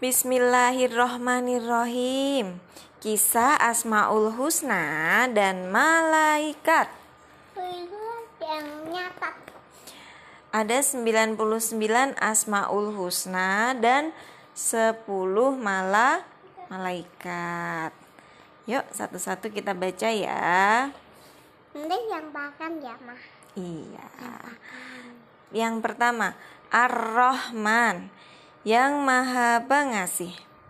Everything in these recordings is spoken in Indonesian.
Bismillahirrohmanirrohim. Kisah Asmaul Husna dan Malaikat. Yang nyata. Ada 99 Asmaul Husna dan 10 malaikat. Yuk satu-satu kita baca ya. Nanti yang makan ya, Ma. Iya. Yang pertama, Ar-Rahman, yang Maha Pengasih.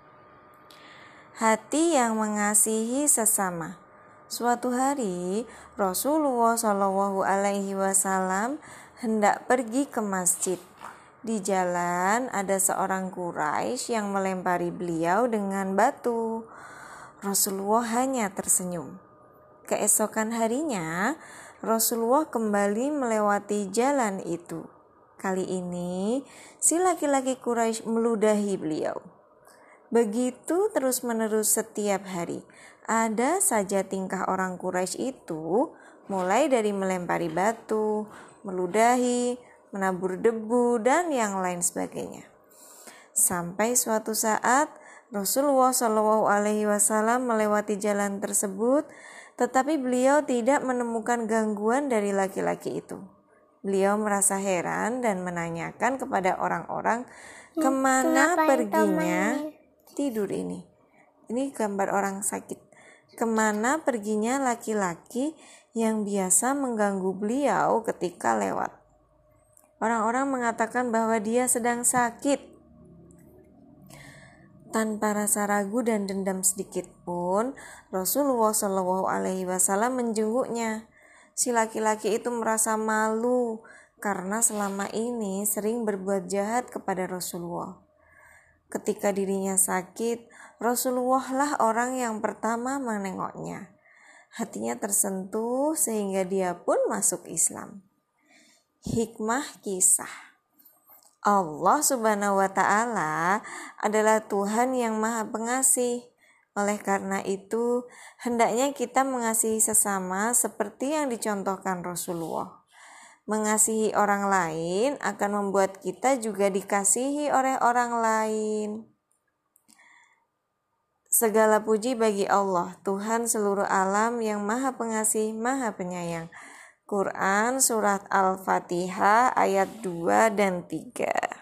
Hati yang mengasihi sesama. Suatu hari Rasulullah Shallallahu Alaihi Wasallam hendak pergi ke masjid. Di jalan ada seorang Quraisy yang melempari beliau dengan batu. Rasulullah hanya tersenyum. Keesokan harinya Rasulullah kembali melewati jalan itu. Kali ini si laki-laki Quraisy meludahi beliau. Begitu terus-menerus setiap hari. Ada saja tingkah orang Quraisy itu, mulai dari melempari batu, meludahi, menabur debu, dan yang lain sebagainya. Sampai suatu saat Rasulullah Shallallahu Alaihi Wasallam melewati jalan tersebut, tetapi beliau tidak menemukan gangguan dari laki-laki itu. Beliau merasa heran dan menanyakan kepada orang-orang kemana perginya tidur ini. Ini gambar orang sakit. Kemana perginya laki-laki yang biasa mengganggu beliau ketika lewat. Orang-orang mengatakan bahwa dia sedang sakit. Tanpa rasa ragu dan dendam sedikit pun, Rasulullah Shallallahu Alaihi Wasallam menjenguknya. Si laki-laki itu merasa malu karena selama ini sering berbuat jahat kepada Rasulullah. Ketika dirinya sakit, Rasulullah lah orang yang pertama menengoknya. Hatinya tersentuh sehingga dia pun masuk Islam. Hikmah kisah. Allah Subhanahu wa Ta'ala adalah Tuhan yang Maha Pengasih. Oleh karena itu, hendaknya kita mengasihi sesama seperti yang dicontohkan Rasulullah. Mengasihi orang lain akan membuat kita juga dikasihi oleh orang lain. Segala puji bagi Allah, Tuhan seluruh alam yang Maha Pengasih, Maha Penyayang. Quran Surat Al-Fatihah ayat 2 dan 3.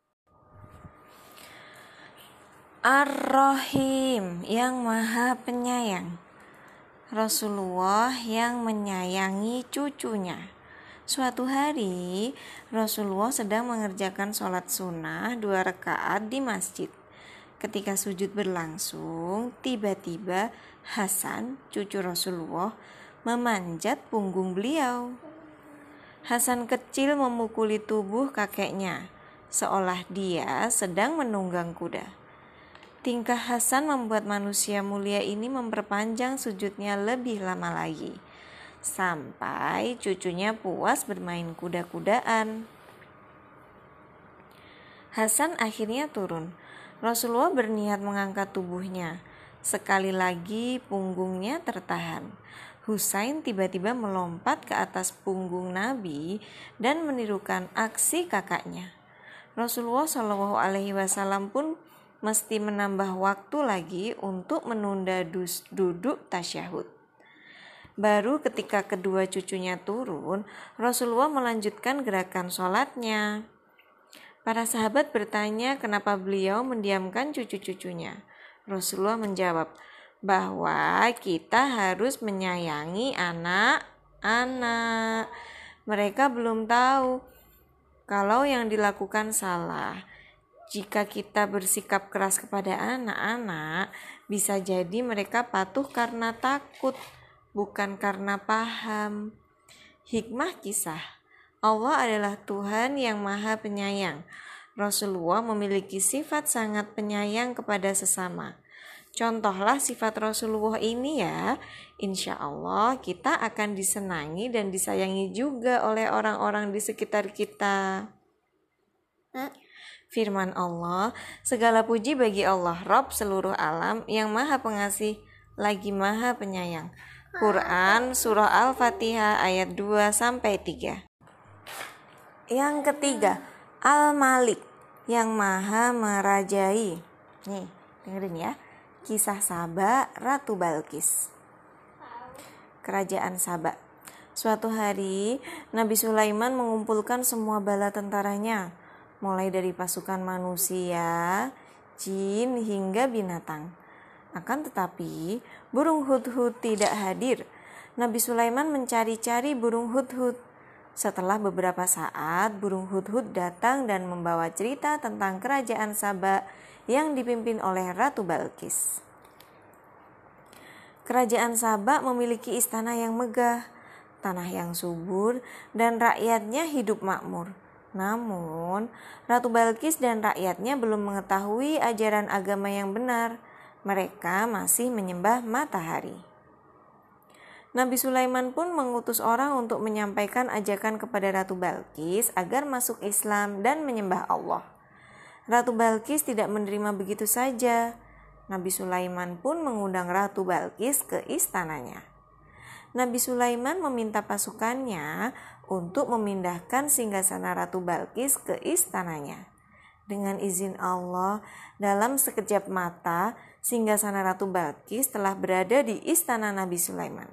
Ar-Rahim, yang Maha Penyayang. Rasulullah yang menyayangi cucunya. Suatu hari Rasulullah sedang mengerjakan sholat sunnah 2 rakaat di masjid. Ketika sujud berlangsung, tiba-tiba Hasan, cucu Rasulullah, memanjat punggung beliau. Hasan kecil memukuli tubuh kakeknya, seolah dia sedang menunggang kuda. Tingkah Hasan membuat manusia mulia ini memperpanjang sujudnya lebih lama lagi, sampai cucunya puas bermain kuda-kudaan. Hasan akhirnya turun. Rasulullah berniat mengangkat tubuhnya. Sekali lagi punggungnya tertahan. Husain tiba-tiba melompat ke atas punggung Nabi dan menirukan aksi kakaknya. Rasulullah Shallallahu Alaihi Wasallam pun mesti menambah waktu lagi untuk menunda duduk tasyahud. Baru ketika kedua cucunya turun, Rasulullah melanjutkan gerakan sholatnya. Para sahabat bertanya kenapa beliau mendiamkan cucu-cucunya. Rasulullah menjawab bahwa kita harus menyayangi anak-anak. Mereka belum tahu kalau yang dilakukan salah. Jika kita bersikap keras kepada anak-anak, bisa jadi mereka patuh karena takut, bukan karena paham. Hikmah kisah. Allah adalah Tuhan yang Maha Penyayang. Rasulullah memiliki sifat sangat penyayang kepada sesama. Contohlah sifat Rasulullah ini ya. Insya Allah kita akan disenangi dan disayangi juga oleh orang-orang di sekitar kita. Firman Allah, segala puji bagi Allah, Rabb seluruh alam yang Maha Pengasih lagi Maha Penyayang. Quran Surah Al-Fatihah ayat 2-3. Yang ketiga, Al-Malik, yang Maha Merajai. Nih, dengerin ya. Kisah Saba Ratu Balkis. Kerajaan Saba. Suatu hari, Nabi Sulaiman mengumpulkan semua bala tentaranya, mulai dari pasukan manusia, jin, hingga binatang. Akan tetapi, burung hudhud tidak hadir. Nabi Sulaiman mencari-cari burung hudhud. Setelah beberapa saat, burung hudhud datang dan membawa cerita tentang kerajaan Saba yang dipimpin oleh Ratu Balkis. Kerajaan Saba memiliki istana yang megah, tanah yang subur, dan rakyatnya hidup makmur. Namun, Ratu Balkis dan rakyatnya belum mengetahui ajaran agama yang benar. Mereka masih menyembah matahari. Nabi Sulaiman pun mengutus orang untuk menyampaikan ajakan kepada Ratu Balkis agar masuk Islam dan menyembah Allah. Ratu Balkis tidak menerima begitu saja. Nabi Sulaiman pun mengundang Ratu Balkis ke istananya. Nabi Sulaiman meminta pasukannya untuk memindahkan singgasana Ratu Balkis ke istananya. Dengan izin Allah, dalam sekejap mata, singgasana Ratu Balkis telah berada di istana Nabi Sulaiman.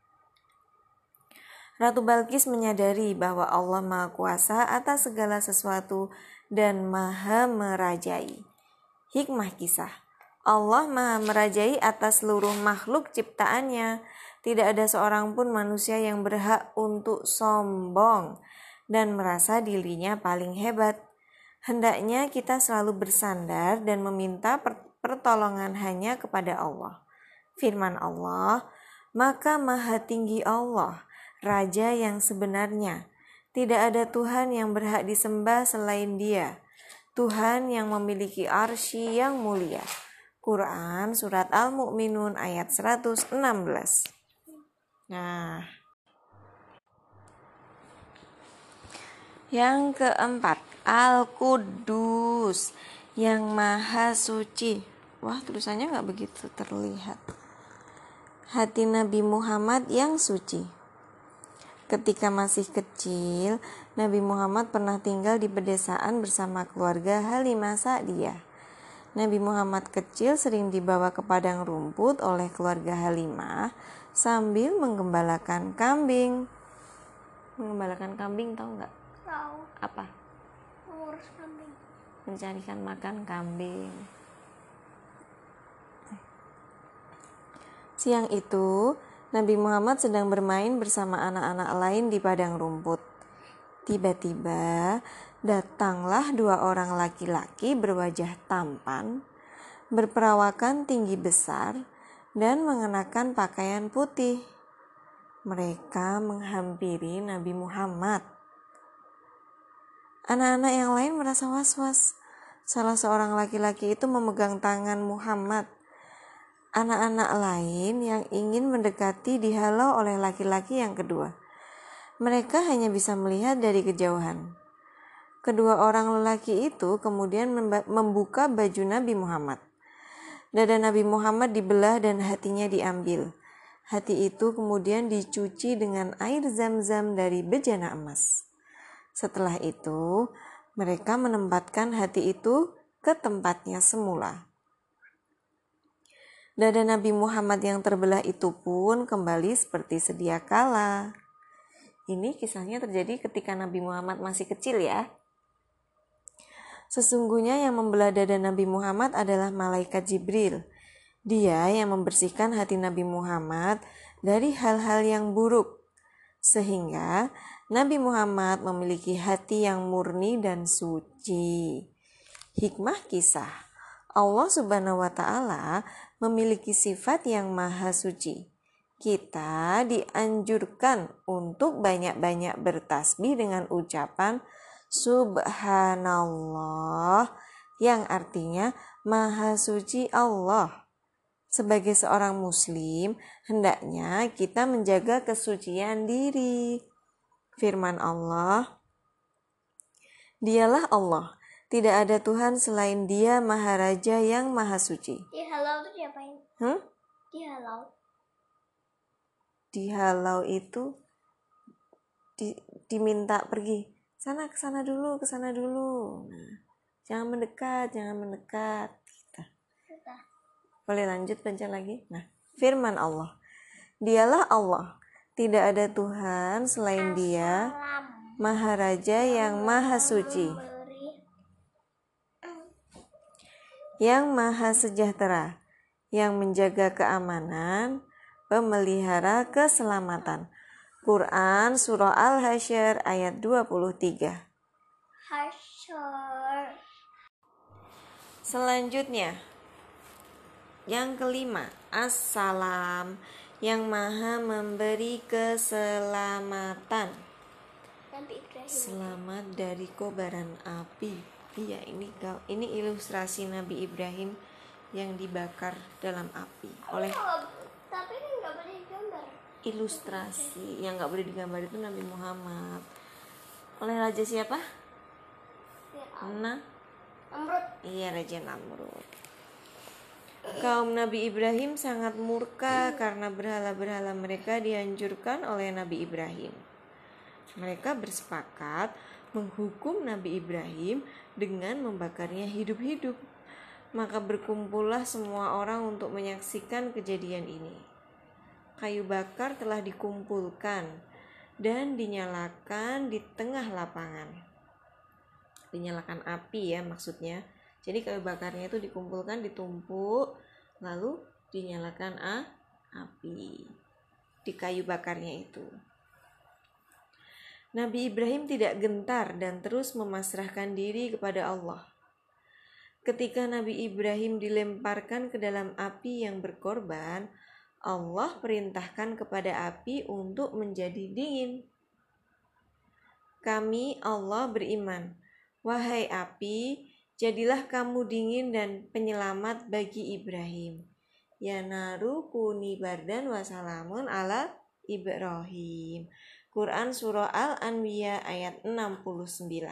Ratu Balkis menyadari bahwa Allah Maha Kuasa atas segala sesuatu dan Maha Merajai. Hikmah kisah. Allah Maha Merajai atas seluruh makhluk ciptaannya. Tidak ada seorang pun manusia yang berhak untuk sombong dan merasa dirinya paling hebat. Hendaknya kita selalu bersandar dan meminta pertolongan hanya kepada Allah. Firman Allah, maka Maha Tinggi Allah, Raja yang sebenarnya. Tidak ada Tuhan yang berhak disembah selain Dia. Tuhan yang memiliki arsy yang mulia. Quran Surat Al-Mu'minun ayat 116. Nah, yang keempat, Al-Quddus, yang Maha Suci. Wah, tulisannya nggak begitu terlihat. Hati Nabi Muhammad yang suci. Ketika masih kecil, Nabi Muhammad pernah tinggal di pedesaan bersama keluarga Halimah Sa'diyah. Nabi Muhammad kecil sering dibawa ke padang rumput oleh keluarga Halimah sambil menggembalakan kambing. Menggembalakan kambing tahu nggak? Tahu. Apa? Ngurus kambing. Mencarikan makan kambing. Siang itu, Nabi Muhammad sedang bermain bersama anak-anak lain di padang rumput. Tiba-tiba, datanglah 2 orang laki-laki berwajah tampan, berperawakan tinggi besar, dan mengenakan pakaian putih. Mereka menghampiri Nabi Muhammad. Anak-anak yang lain merasa was-was. Salah seorang laki-laki itu memegang tangan Muhammad. Anak-anak lain yang ingin mendekati dihalau oleh laki-laki yang kedua. Mereka hanya bisa melihat dari kejauhan. Kedua orang lelaki itu kemudian membuka baju Nabi Muhammad. Dada Nabi Muhammad dibelah dan hatinya diambil. Hati itu kemudian dicuci dengan air zam-zam dari bejana emas. Setelah itu, mereka menempatkan hati itu ke tempatnya semula. Dada Nabi Muhammad yang terbelah itu pun kembali seperti sedia kala. Ini kisahnya terjadi ketika Nabi Muhammad masih kecil ya. Sesungguhnya yang membelah dada Nabi Muhammad adalah malaikat Jibril. Dia yang membersihkan hati Nabi Muhammad dari hal-hal yang buruk. Sehingga Nabi Muhammad memiliki hati yang murni dan suci. Hikmah kisah. Allah Subhanahu wa Ta'ala memiliki sifat yang maha suci. Kita dianjurkan untuk banyak-banyak bertasbih dengan ucapan Subhanallah, yang artinya maha suci Allah. Sebagai seorang muslim, hendaknya kita menjaga kesucian diri. Firman Allah, Dialah Allah. Tidak ada Tuhan selain Dia Maharaja yang Maha Suci. Dihalau itu diapain? Dihalau. Dihalau itu diminta pergi. Sana, ke sana dulu. Nah, jangan mendekat. Gitu. Sudah. Boleh lanjut baca lagi. Nah, firman Allah. Dialah Allah. Tidak ada Tuhan selain Dia, Maharaja yang Maha Suci, yang Maha Sejahtera, yang menjaga keamanan, pemelihara keselamatan. Quran Surah Al-Hasyr ayat 23. Hasyr. Selanjutnya, yang kelima, Assalam, yang Maha memberi keselamatan. Nabi Ibrahim. Selamat dari kobaran api. Iya, ini ilustrasi Nabi Ibrahim yang dibakar dalam api oleh. Tapi ini nggak boleh digambar. Ilustrasi yang nggak boleh digambar itu Nabi Muhammad. Oleh raja siapa? Namrud. Iya, Raja Namrud. Kaum Nabi Ibrahim sangat murka karena berhala-berhala mereka dihancurkan oleh Nabi Ibrahim. Mereka bersepakat menghukum Nabi Ibrahim dengan membakarnya hidup-hidup. Maka berkumpullah semua orang untuk menyaksikan kejadian ini. Kayu bakar telah dikumpulkan dan dinyalakan di tengah lapangan. Dinyalakan api ya maksudnya. Jadi kayu bakarnya itu dikumpulkan, ditumpuk, lalu dinyalakan api di kayu bakarnya itu. Nabi Ibrahim tidak gentar dan terus memasrahkan diri kepada Allah. Ketika Nabi Ibrahim dilemparkan ke dalam api yang berkorban, Allah perintahkan kepada api untuk menjadi dingin. Kami Allah beriman, wahai api, jadilah kamu dingin dan penyelamat bagi Ibrahim. Ya naru kuni bardan wa salamun ala Ibrahim. Quran Surah Al-Anbiya ayat 69.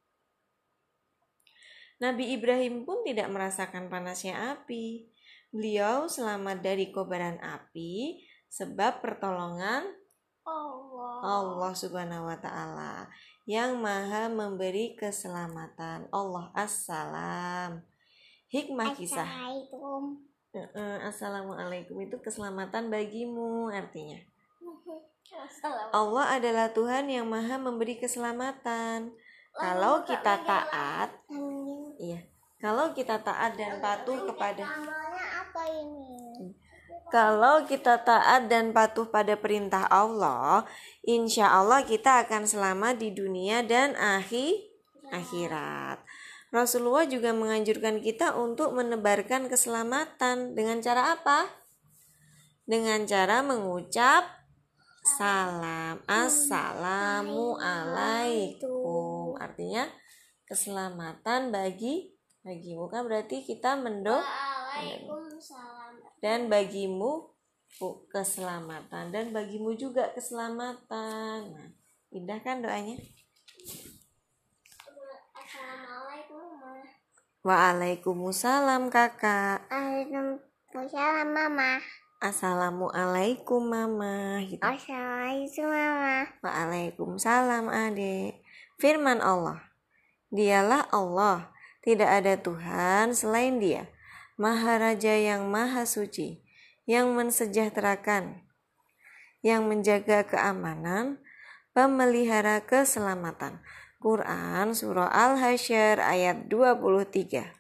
Nabi Ibrahim pun tidak merasakan panasnya api. Beliau selamat dari kobaran api sebab pertolongan Allah Subhanahu wa Ta'ala yang Maha memberi keselamatan. Allah Assalam. Hikmah kisah. Assalamualaikum itu keselamatan bagimu artinya. Allah adalah Tuhan yang Maha memberi keselamatan. Kalau kita taat, kalau kita taat dan patuh kepada. Kalau kita taat dan patuh pada perintah Allah, insya Allah kita akan selamat di dunia dan akhirat. Rasulullah juga menganjurkan kita untuk menebarkan keselamatan. Dengan cara apa? Dengan cara mengucap salam. Assalamualaikum. Artinya keselamatan bagimu. Kan berarti kita dan bagimu keselamatan dan bagimu juga keselamatan. Nah, indah kan doanya? Assalamualaikum. Waalaikumsalam kakak. Waalaikumsalam mama. Assalamualaikum mama. Gitu. Assalamualaikum mama. Waalaikumsalam adik. Firman Allah. Dialah Allah. Tidak ada Tuhan selain Dia. Maharaja yang Maha Suci, yang mensejahterakan, yang menjaga keamanan, pemelihara keselamatan. Quran Surah Al-Hasyr ayat 23.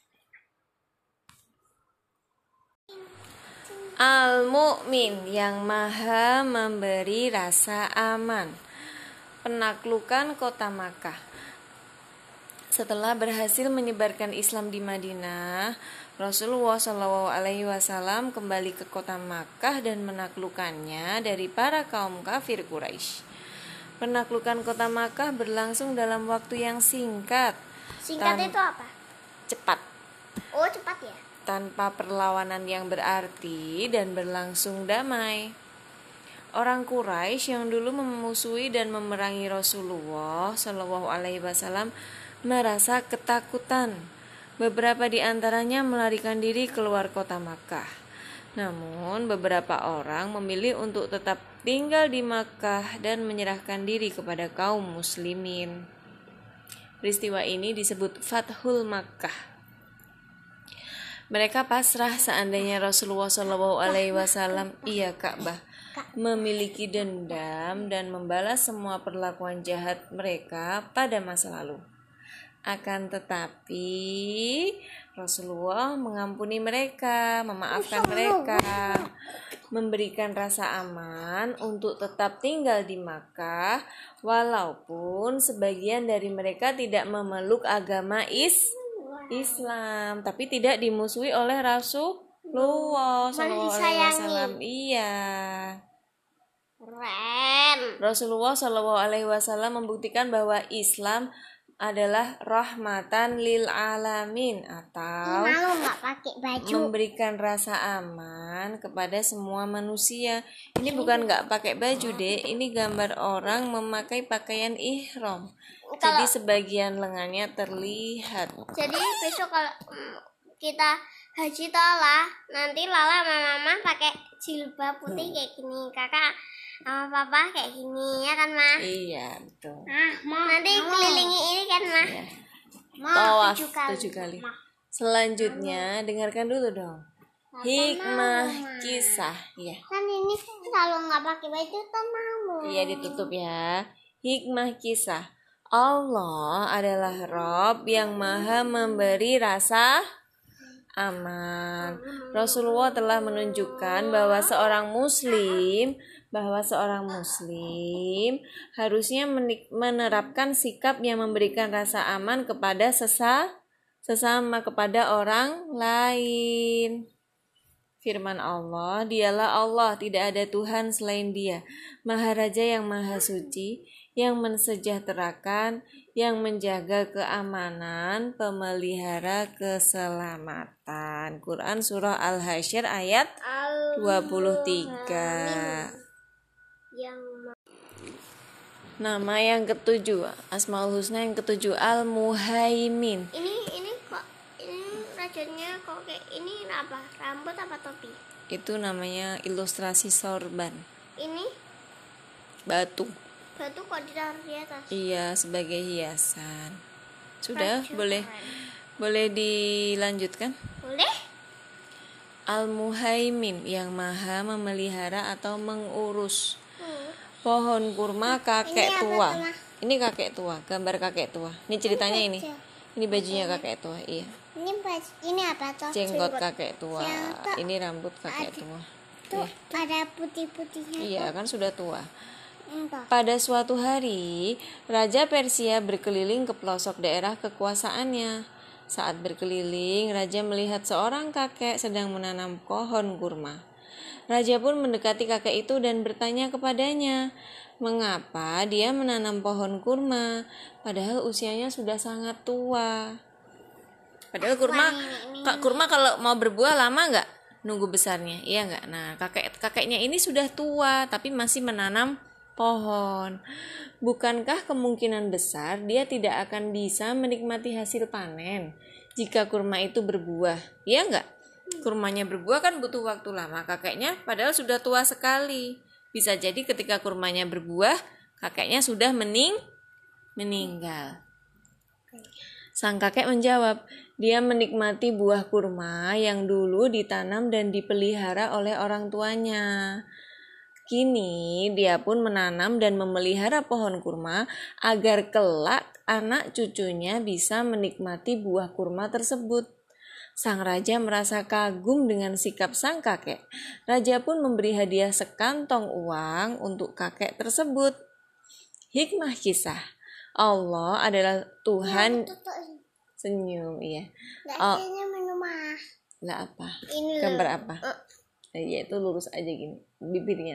Al-Mu'min yang Maha memberi rasa aman. Penaklukan kota Makkah. Setelah berhasil menyebarkan Islam di Madinah, Rasulullah SAW kembali ke kota Makkah dan menaklukkannya dari para kaum kafir Quraisy. Penaklukan kota Makkah berlangsung dalam waktu yang singkat. Singkat itu apa? Cepat. Oh, cepat ya? Tanpa perlawanan yang berarti dan berlangsung damai. Orang Quraisy yang dulu memusuhi dan memerangi Rasulullah SAW merasa ketakutan. Beberapa di antaranya melarikan diri keluar kota Makkah. Namun beberapa orang memilih untuk tetap tinggal di Makkah dan menyerahkan diri kepada kaum muslimin. Peristiwa ini disebut Fathul Makkah. Mereka pasrah seandainya Rasulullah SAW, iya Ka'bah, memiliki dendam dan membalas semua perlakuan jahat mereka pada masa lalu. Akan tetapi Rasulullah mengampuni mereka, memaafkan mereka, memberikan rasa aman untuk tetap tinggal di Makkah, walaupun sebagian dari mereka tidak memeluk agama Islam, tapi tidak dimusuhi oleh Rasulullah SAW. Iya. Keren. Rasulullah SAW membuktikan bahwa Islam adalah rahmatan lil alamin, atau Malu nggak pakai baju. memberikan rasa aman kepada semua manusia. Ini bukan nggak pakai baju, Dek. Ini gambar orang memakai pakaian ihram. Jadi sebagian lengannya terlihat. Jadi besok kalau kita haji tolah, nanti Lala sama Mama pakai jilbab putih kayak gini, kakak sama papa kayak gini, ya kan Ma? Iya, betul. Nanti kelilingi ini kan Ma? Iya. Ma, Tawaf 7 7 kali. Selanjutnya dengarkan dulu dong. Hikmah kisah, ya. Kan ini kalau nggak pakai baju tuh malu. Iya, ditutup ya. Hikmah kisah. Allah adalah Rob yang maha memberi rasa aman. Rasulullah telah menunjukkan bahwa seorang muslim harusnya menerapkan sikap yang memberikan rasa aman kepada sesama, kepada orang lain. Firman Allah, dialah Allah, tidak ada Tuhan selain Dia, Maharaja yang Maha Suci, yang mensejahterakan, yang menjaga keamanan, pemelihara keselamatan. Quran Surah Al-Hasyr ayat 23. Nama yang ketujuh, Asmaul Husna yang ketujuh, Al-Muhaimin. Ini kok ini rajanya kok kayak ini apa? Rambut apa topi? Itu namanya ilustrasi sorban. Ini Batu kok ditaruh di atas? Iya, sebagai hiasan. Sudah, Keren. boleh dilanjutkan? Boleh? Al-Muhaimin, yang maha memelihara atau mengurus. Pohon kurma kakek tua. Ini kakek tua, gambar kakek tua. Ini ceritanya ini. Ini bajunya kakek tua, iya. Ini apa toh? Jenggot kakek tua. Ini rambut kakek tua. Tuh ada putih-putihnya. Iya, kan sudah tua. Entah. Pada suatu hari, Raja Persia berkeliling ke pelosok daerah kekuasaannya. Saat berkeliling, Raja melihat seorang kakek sedang menanam pohon kurma. Raja pun mendekati kakek itu dan bertanya kepadanya, mengapa dia menanam pohon kurma, padahal usianya sudah sangat tua. Padahal kurma kalau mau berbuah lama nggak nunggu besarnya, iya nggak? Nah, kakeknya ini sudah tua tapi masih menanam pohon. Bukankah kemungkinan besar dia tidak akan bisa menikmati hasil panen jika kurma itu berbuah? Iya enggak? Kurmanya berbuah kan butuh waktu lama. Kakeknya padahal sudah tua sekali. Bisa jadi ketika kurmanya berbuah, kakeknya sudah meninggal. Sang kakek menjawab, dia menikmati buah kurma yang dulu ditanam dan dipelihara oleh orang tuanya. Kini dia pun menanam dan memelihara pohon kurma agar kelak anak cucunya bisa menikmati buah kurma tersebut. Sang raja merasa kagum dengan sikap sang kakek. Raja pun memberi hadiah sekantong uang untuk kakek tersebut. Hikmah kisah. Allah adalah Tuhan. Senyum, iya. Ini minumah. Lah apa? Ini Gambar apa? Ya itu lurus aja gini bibirnya.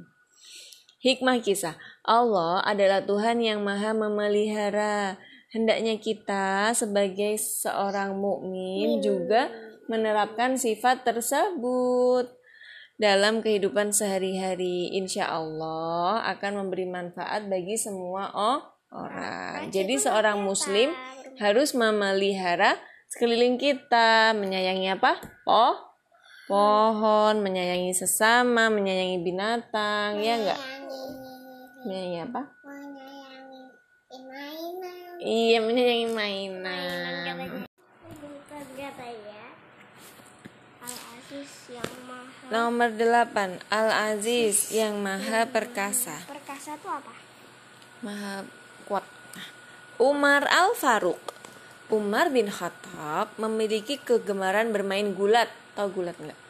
Hikmah kisah. Allah adalah Tuhan yang maha memelihara. Hendaknya kita sebagai seorang mukmin juga menerapkan sifat tersebut dalam kehidupan sehari-hari. Insya Allah akan memberi manfaat bagi semua orang. Jadi seorang muslim harus memelihara sekeliling kita, menyayangi apa? Pohon, menyayangi sesama, menyayangi binatang, ya enggak? Menyayangi apa? Iya, menyayangi mainan. Nomor 8, Al-Aziz yang maha perkasa. Perkasa itu apa? Maha kuat. Umar Al-Faruq. Umar bin Khattab memiliki kegemaran bermain gulat. Tahu gulat enggak?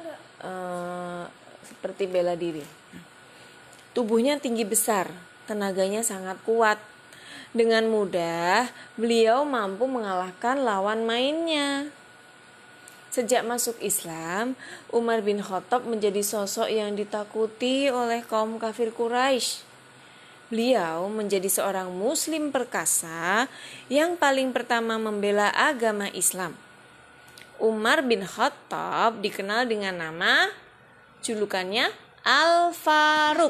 Seperti bela diri. Tubuhnya tinggi besar, tenaganya sangat kuat. Dengan mudah, beliau mampu mengalahkan lawan mainnya. Sejak masuk Islam, Umar bin Khattab menjadi sosok yang ditakuti oleh kaum kafir Quraisy. Beliau menjadi seorang muslim perkasa yang paling pertama membela agama Islam. Umar bin Khattab dikenal dengan nama julukannya Al-Faruq.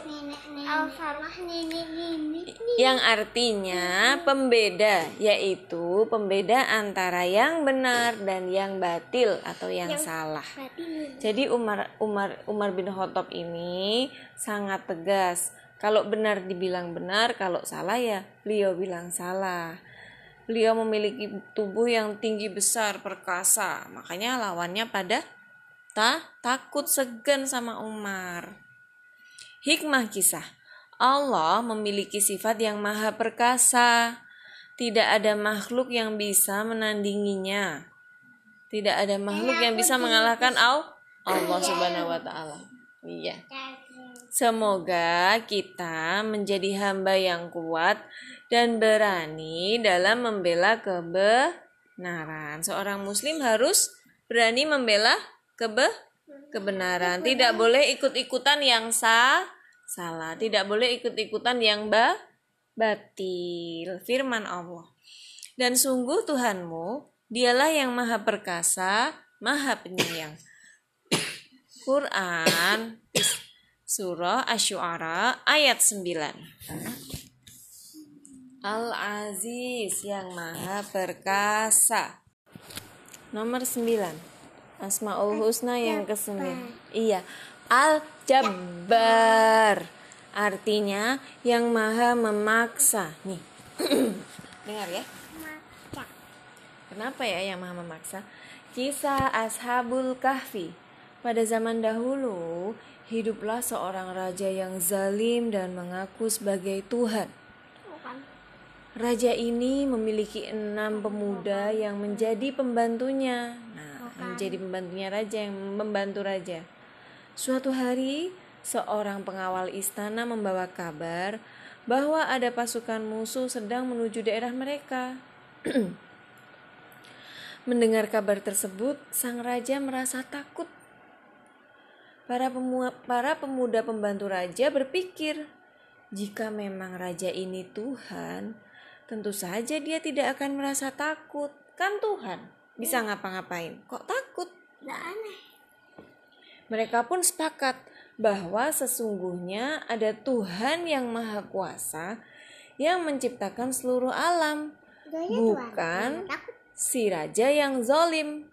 Yang artinya pembeda, yaitu pembeda antara yang benar dan yang batil atau yang salah. Jadi Umar bin Khattab ini sangat tegas. Kalau benar dibilang benar, kalau salah ya beliau bilang salah. Beliau memiliki tubuh yang tinggi besar, perkasa. Makanya lawannya pada takut, segan sama Umar. Hikmah kisah. Allah memiliki sifat yang maha perkasa. Tidak ada makhluk yang bisa menandinginya. Tidak ada makhluk yang bisa mengalahkan Allah Subhanahu wa taala. Iya. Semoga kita menjadi hamba yang kuat dan berani dalam membela kebenaran. Seorang muslim harus berani membela kebenaran. Tidak boleh ikut-ikutan yang salah. Tidak boleh ikut-ikutan yang batil. Firman Allah. Dan sungguh Tuhanmu, dialah yang maha perkasa, maha penyayang. Quran Surah Asy-Syu'ara ayat 9. Al-Aziz yang maha perkasa. Nomor 9. Asmaul Husna yang ke-9. Iya, Al-Jabbar. Artinya yang maha memaksa. Nih. Dengar ya. Kenapa ya yang maha memaksa? Kisah Ashabul Kahfi. Pada zaman dahulu, hiduplah seorang raja yang zalim dan mengaku sebagai Tuhan. Raja ini memiliki 6 pemuda yang menjadi pembantunya. Menjadi pembantunya raja, yang membantu raja. Suatu hari, seorang pengawal istana membawa kabar bahwa ada pasukan musuh sedang menuju daerah mereka. Mendengar kabar tersebut, sang raja merasa takut. Para pemuda pembantu raja berpikir, jika memang raja ini Tuhan, tentu saja dia tidak akan merasa takut. Kan Tuhan bisa ngapa-ngapain, kok takut? Nggak aneh. Mereka pun sepakat bahwa sesungguhnya ada Tuhan yang maha kuasa yang menciptakan seluruh alam, bukan si raja yang zalim.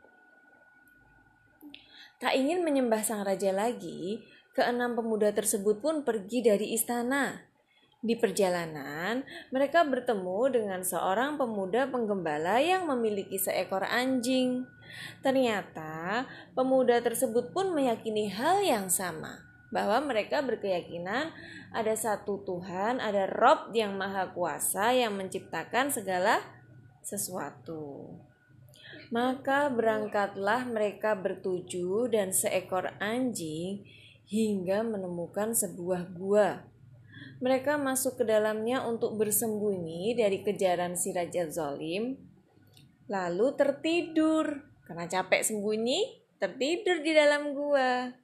Tak ingin menyembah sang raja lagi, ke-6 pemuda tersebut pun pergi dari istana. Di perjalanan, mereka bertemu dengan seorang pemuda penggembala yang memiliki seekor anjing. Ternyata, pemuda tersebut pun meyakini hal yang sama, bahwa mereka berkeyakinan ada satu Tuhan, ada Rob yang maha kuasa yang menciptakan segala sesuatu. Maka berangkatlah mereka bertujuh dan seekor anjing hingga menemukan sebuah gua. Mereka masuk ke dalamnya untuk bersembunyi dari kejaran si raja zalim, lalu tertidur. Karena capek sembunyi, tertidur di dalam gua.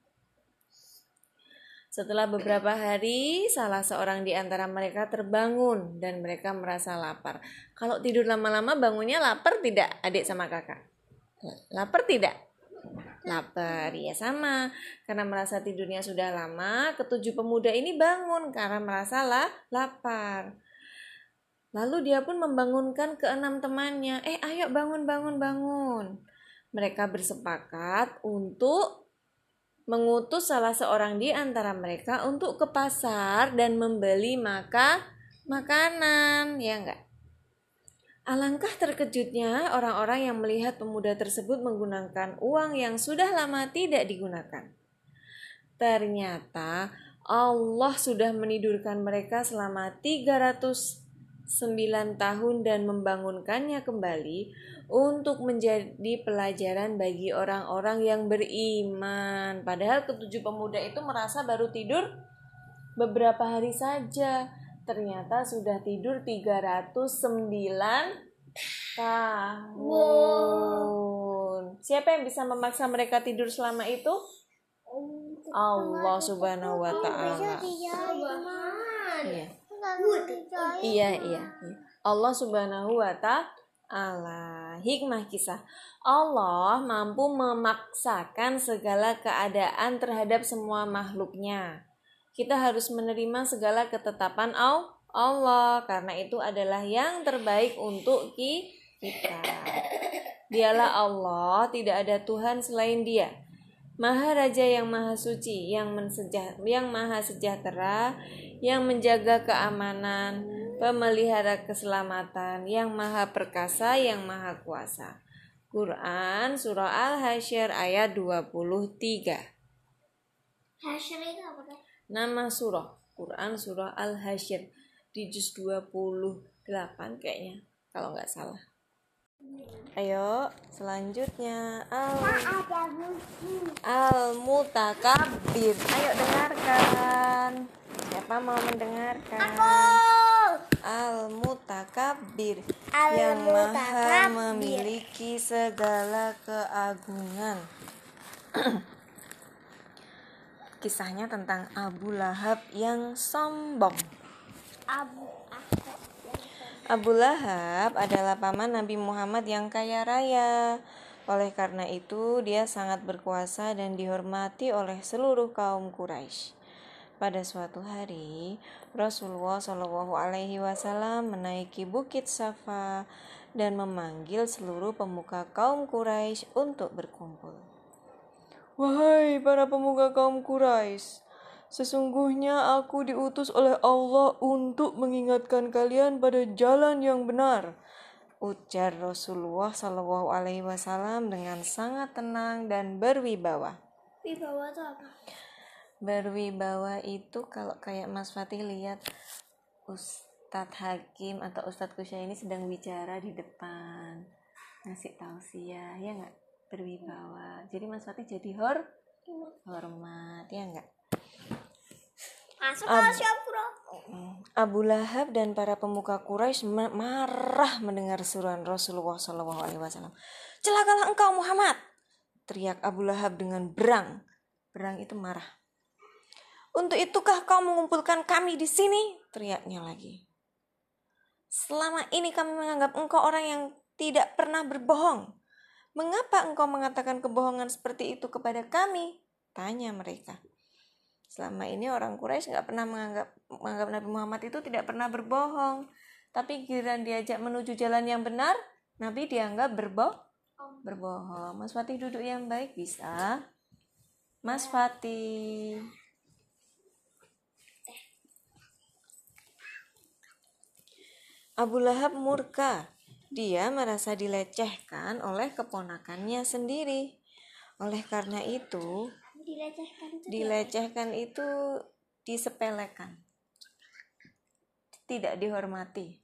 Setelah beberapa hari, salah seorang di antara mereka terbangun dan mereka merasa lapar. Kalau tidur lama-lama bangunnya lapar tidak, adik sama kakak? Lapar tidak? Lapar, ya sama. Karena merasa tidurnya sudah lama, ke-7 pemuda ini bangun karena merasa lapar. Lalu dia pun membangunkan ke-6 temannya. Ayo bangun. Mereka bersepakat untuk mengutus salah seorang di antara mereka untuk ke pasar dan membeli makanan, ya enggak? Alangkah terkejutnya orang-orang yang melihat pemuda tersebut menggunakan uang yang sudah lama tidak digunakan. Ternyata Allah sudah menidurkan mereka selama 309 tahun dan membangunkannya kembali untuk menjadi pelajaran bagi orang-orang yang beriman. Padahal ketujuh pemuda itu merasa baru tidur beberapa hari saja. Ternyata sudah tidur 309 tahun. Siapa yang bisa memaksa mereka tidur selama itu? Allah Subhanahu wa Ta'ala. Iya. Allah Subhanahu wa Ta'ala. Hikmah kisah. Allah mampu memaksakan segala keadaan terhadap semua makhluknya. Kita harus menerima segala ketetapan Allah, karena itu adalah yang terbaik untuk kita. Dialah Allah, tidak ada Tuhan selain Dia. Maha Raja yang Maha Suci, yang Maha Sejahtera, yang menjaga keamanan, pemelihara keselamatan, yang Maha Perkasa, yang Maha Kuasa. Quran Surah Al-Hasyr ayat 23. Hasyr itu apa tuh? Nama surah Quran Surah Al-Hasyr di juz 28 kayaknya, kalau nggak salah. Ayo selanjutnya Al-Mutakabbir. Ayo dengarkan. Siapa mau mendengarkan? Al-Mutakabbir, yang maha memiliki segala keagungan. Kisahnya tentang Abu Lahab yang sombong. Abu Lahab adalah paman Nabi Muhammad yang kaya raya. Oleh karena itu, dia sangat berkuasa dan dihormati oleh seluruh kaum Quraisy. Pada suatu hari, Rasulullah SAW menaiki Bukit Safa dan memanggil seluruh pemuka kaum Quraisy untuk berkumpul. Wahai para pemuka kaum Quraisy, sesungguhnya aku diutus oleh Allah untuk mengingatkan kalian pada jalan yang benar, ujar Rasulullah SAW dengan sangat tenang dan berwibawa. Wibawa itu apa? Berwibawa itu kalau kayak Mas Fatih lihat Ustadz Hakim atau Ustadz Kusya ini sedang bicara di depan, ngasih tausiah, ya nggak? Berwibawa. Jadi Mas Fatih jadi hormat, ya enggak? Abu Lahab dan para pemuka Quraisy marah mendengar seruan Rasulullah SAW. Celakalah engkau Muhammad, teriak Abu Lahab dengan berang. Berang itu marah. Untuk itukah kau mengumpulkan kami di sini? Teriaknya lagi. Selama ini kami menganggap engkau orang yang tidak pernah berbohong. Mengapa engkau mengatakan kebohongan seperti itu kepada kami? Tanya mereka. Selama ini orang Quraisy nggak pernah menganggap Nabi Muhammad itu tidak pernah berbohong. Tapi giliran diajak menuju jalan yang benar, Nabi dianggap berbohong. Mas Fatih duduk yang baik bisa? Mas Fatih. Abu Lahab murka. Dia merasa dilecehkan oleh keponakannya sendiri. Oleh karena itu, dilecehkan itu disepelekan, tidak dihormati.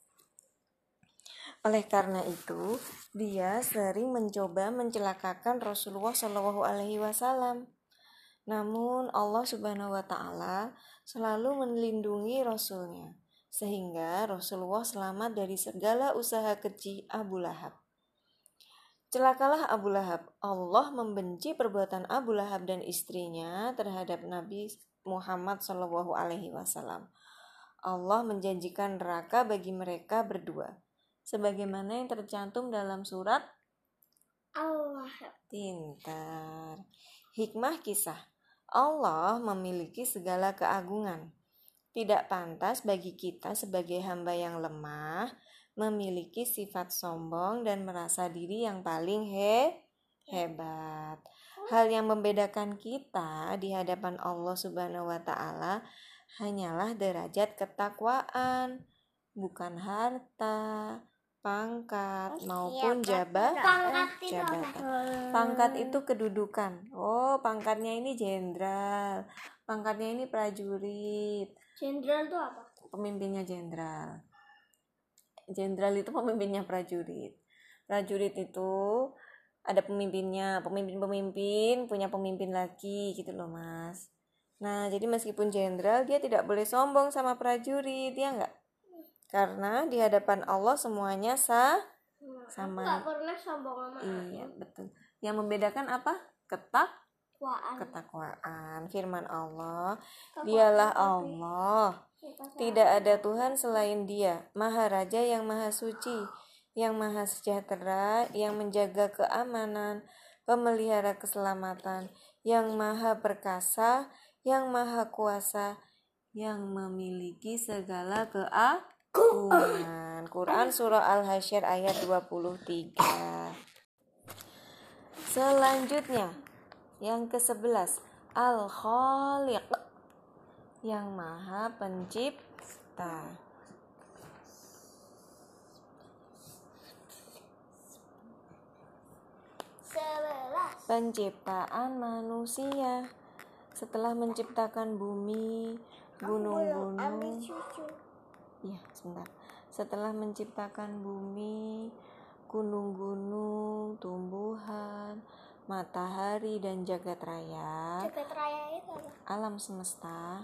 Oleh karena itu, dia sering mencoba mencelakakan Rasulullah SAW. Namun Allah Subhanahu wa Ta'ala selalu melindungi Rasulnya, sehingga Rasulullah selamat dari segala usaha keji Abu Lahab. Celakalah Abu Lahab. Allah membenci perbuatan Abu Lahab dan istrinya terhadap Nabi Muhammad SAW. Allah menjanjikan neraka bagi mereka berdua, sebagaimana yang tercantum dalam surat Allah. Pintar. Hikmah kisah. Allah memiliki segala keagungan. Tidak pantas bagi kita sebagai hamba yang lemah memiliki sifat sombong dan merasa diri yang paling hebat. Hal yang membedakan kita di hadapan Allah Subhanahu wa Ta'ala hanyalah derajat ketakwaan, bukan harta, pangkat maupun Pangkat itu jabatan. Pangkat itu kedudukan. Oh, pangkatnya ini jenderal. Pangkatnya ini prajurit. Jenderal itu apa? Pemimpinnya jenderal. Jenderal itu pemimpinnya prajurit. Prajurit itu ada pemimpinnya, pemimpin punya pemimpin lagi gitu loh, Mas. Nah, jadi meskipun jenderal dia tidak boleh sombong sama prajurit, ya enggak? Karena di hadapan Allah semuanya sama. Aku nggak pernah sombong sama Iya, betul. Yang membedakan apa? Ketakwaan. Firman Allah, Dialah Allah. Tidak ada Tuhan selain Dia, Maha Raja yang Maha Suci, yang Maha Sejahtera, yang menjaga keamanan, pemelihara keselamatan, yang Maha Perkasa, yang Maha Kuasa, yang memiliki segala keagungan. Quran Surah Al-Hasyr ayat 23. Selanjutnya, yang ke-11, Al-Khaliq, yang Maha Pencipta. Penciptaan manusia. Setelah menciptakan bumi, gunung-gunung. Ya, sebentar. Setelah menciptakan bumi, gunung-gunung, tumbuhan, matahari dan jagat raya. Jagat raya itu apa? Alam semesta.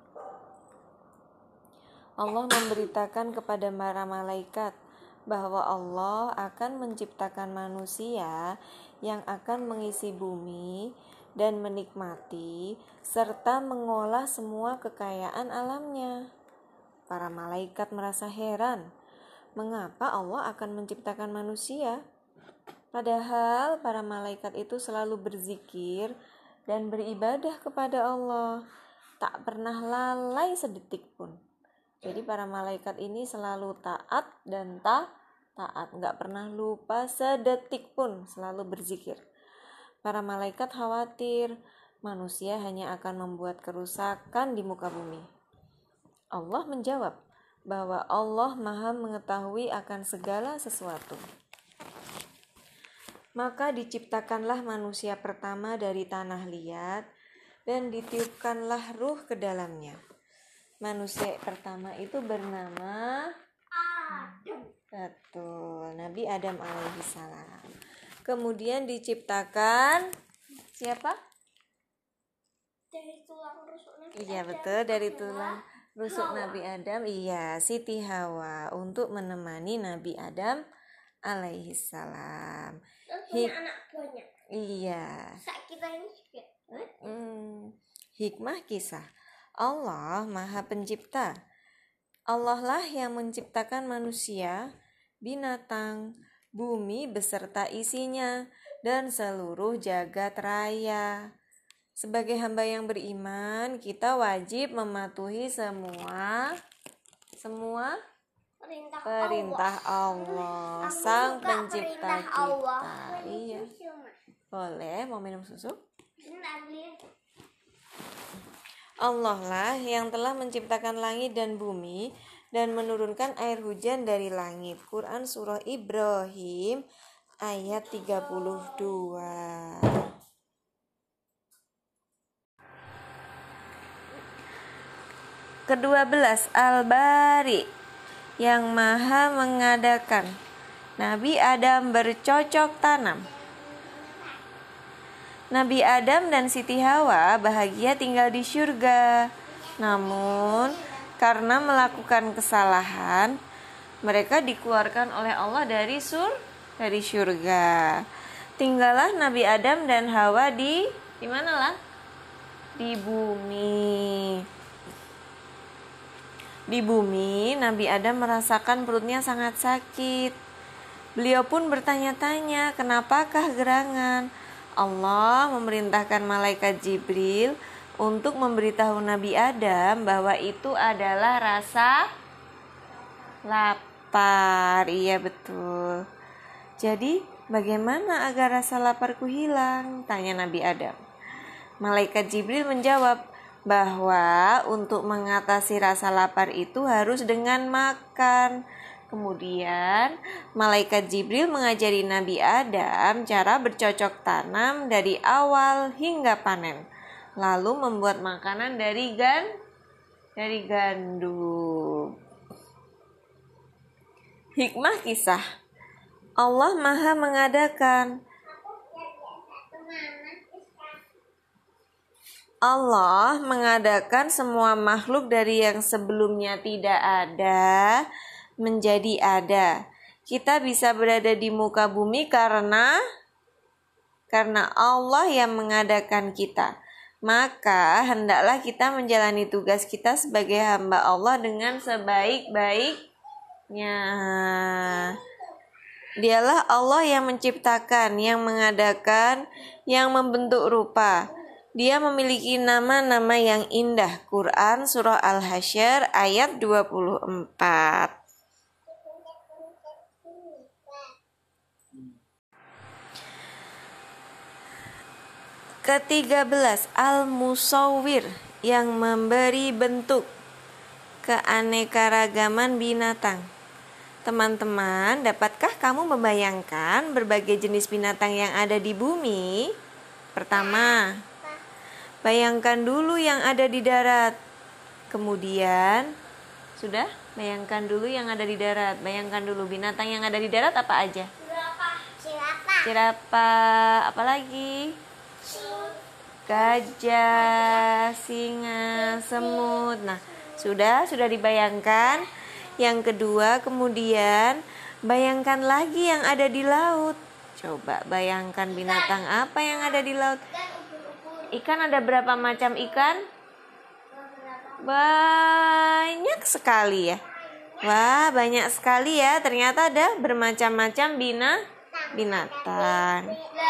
Allah memberitakan kepada para malaikat bahwa Allah akan menciptakan manusia yang akan mengisi bumi dan menikmati serta mengolah semua kekayaan alamnya. Para malaikat merasa heran, mengapa Allah akan menciptakan manusia? Padahal para malaikat itu selalu berzikir dan beribadah kepada Allah, tak pernah lalai sedetik pun. Jadi para malaikat ini selalu taat dan taat, nggak pernah lupa sedetik pun, selalu berzikir. Para malaikat khawatir manusia hanya akan membuat kerusakan di muka bumi. Allah menjawab bahwa Allah Maha mengetahui akan segala sesuatu. Maka diciptakanlah manusia pertama dari tanah liat dan ditiupkanlah ruh ke dalamnya. Manusia pertama itu bernama betul, Nabi Adam alaihissalam. Kemudian diciptakan siapa? Dari tulang rusuk Nabi Iya, Adam. betul, dari tulang rusuk Nabi Adam. Iya, Siti Hawa untuk menemani Nabi Adam alaihissalam. Punya anak banyak. Iya. Saat kita ini juga. Hikmah kisah. Allah Maha Pencipta. Allah lah yang menciptakan manusia, binatang, bumi beserta isinya, dan seluruh jagat raya. Sebagai hamba yang beriman, kita wajib mematuhi semua perintah Allah, Sang Pencipta kita. Iya. Boleh, mau minum susu? Allah lah yang telah menciptakan langit dan bumi dan menurunkan air hujan dari langit. Quran Surah Ibrahim ayat 32. Ke-12, Al-Bari, yang Maha mengadakan. Nabi Adam bercocok tanam. Nabi Adam dan Siti Hawa bahagia tinggal di syurga. Namun, karena melakukan kesalahan, mereka dikeluarkan oleh Allah dari syurga. Tinggallah Nabi Adam dan Hawa di mana lah? Di bumi. Di bumi, Nabi Adam merasakan perutnya sangat sakit. Beliau pun bertanya-tanya, kenapakah gerangan? Allah memerintahkan malaikat Jibril untuk memberitahu Nabi Adam bahwa itu adalah rasa lapar. Iya, betul. Jadi, bagaimana agar rasa laparku hilang? Tanya Nabi Adam. Malaikat Jibril menjawab bahwa untuk mengatasi rasa lapar itu harus dengan makan. Kemudian malaikat Jibril mengajari Nabi Adam cara bercocok tanam dari awal hingga panen. Lalu membuat makanan dari gandum. Hikmah kisah. Allah Maha mengadakan. Allah mengadakan semua makhluk dari yang sebelumnya tidak ada menjadi ada. Kita bisa berada di muka bumi karena Allah yang mengadakan kita. Maka hendaklah kita menjalani tugas kita sebagai hamba Allah dengan sebaik-baiknya. Dialah Allah yang menciptakan, yang mengadakan, yang membentuk rupa. Dia memiliki nama-nama yang indah. Quran Surah Al-Hasyr ayat 24. Ke-13, Al-Musawwir, yang memberi bentuk. Keanekaragaman binatang. Teman-teman, dapatkah kamu membayangkan berbagai jenis binatang yang ada di bumi? Pertama, bayangkan dulu yang ada di darat. Kemudian, sudah? Bayangkan dulu yang ada di darat. Bayangkan dulu binatang yang ada di darat apa aja? Jerapah. Apa lagi? Gajah, singa, semut. Nah, sudah dibayangkan. Yang kedua, kemudian bayangkan lagi yang ada di laut. Coba bayangkan binatang apa yang ada di laut. Ikan, ada berapa macam ikan? Banyak sekali ya. Wah, banyak sekali ya. Ternyata ada bermacam-macam binatang.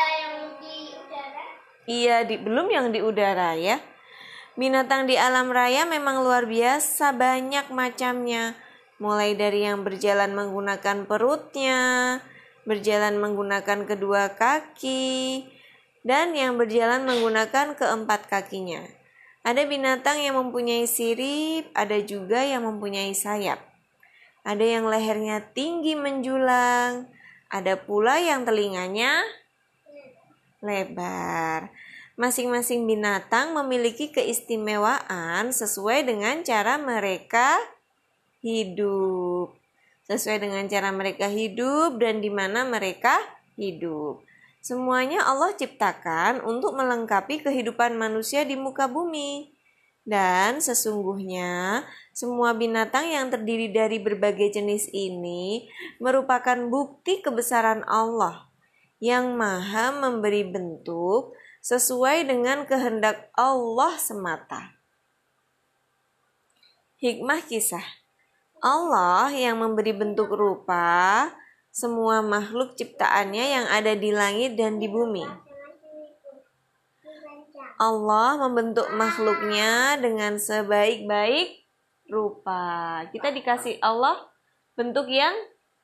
Iya, belum yang di udara ya. Binatang di alam raya memang luar biasa banyak macamnya. Mulai dari yang berjalan menggunakan perutnya, berjalan menggunakan kedua kaki, dan yang berjalan menggunakan keempat kakinya. Ada binatang yang mempunyai sirip, ada juga yang mempunyai sayap. Ada yang lehernya tinggi menjulang, ada pula yang telinganya lebar. Masing-masing binatang memiliki keistimewaan sesuai dengan cara mereka hidup. Sesuai dengan cara mereka hidup dan di mana mereka hidup. Semuanya Allah ciptakan untuk melengkapi kehidupan manusia di muka bumi. Dan sesungguhnya semua binatang yang terdiri dari berbagai jenis ini merupakan bukti kebesaran Allah yang Maha memberi bentuk sesuai dengan kehendak Allah semata. Hikmah kisah. Allah yang memberi bentuk rupa semua makhluk ciptaannya yang ada di langit dan di bumi. Allah membentuk makhluknya dengan sebaik-baik rupa. Kita dikasih Allah bentuk yang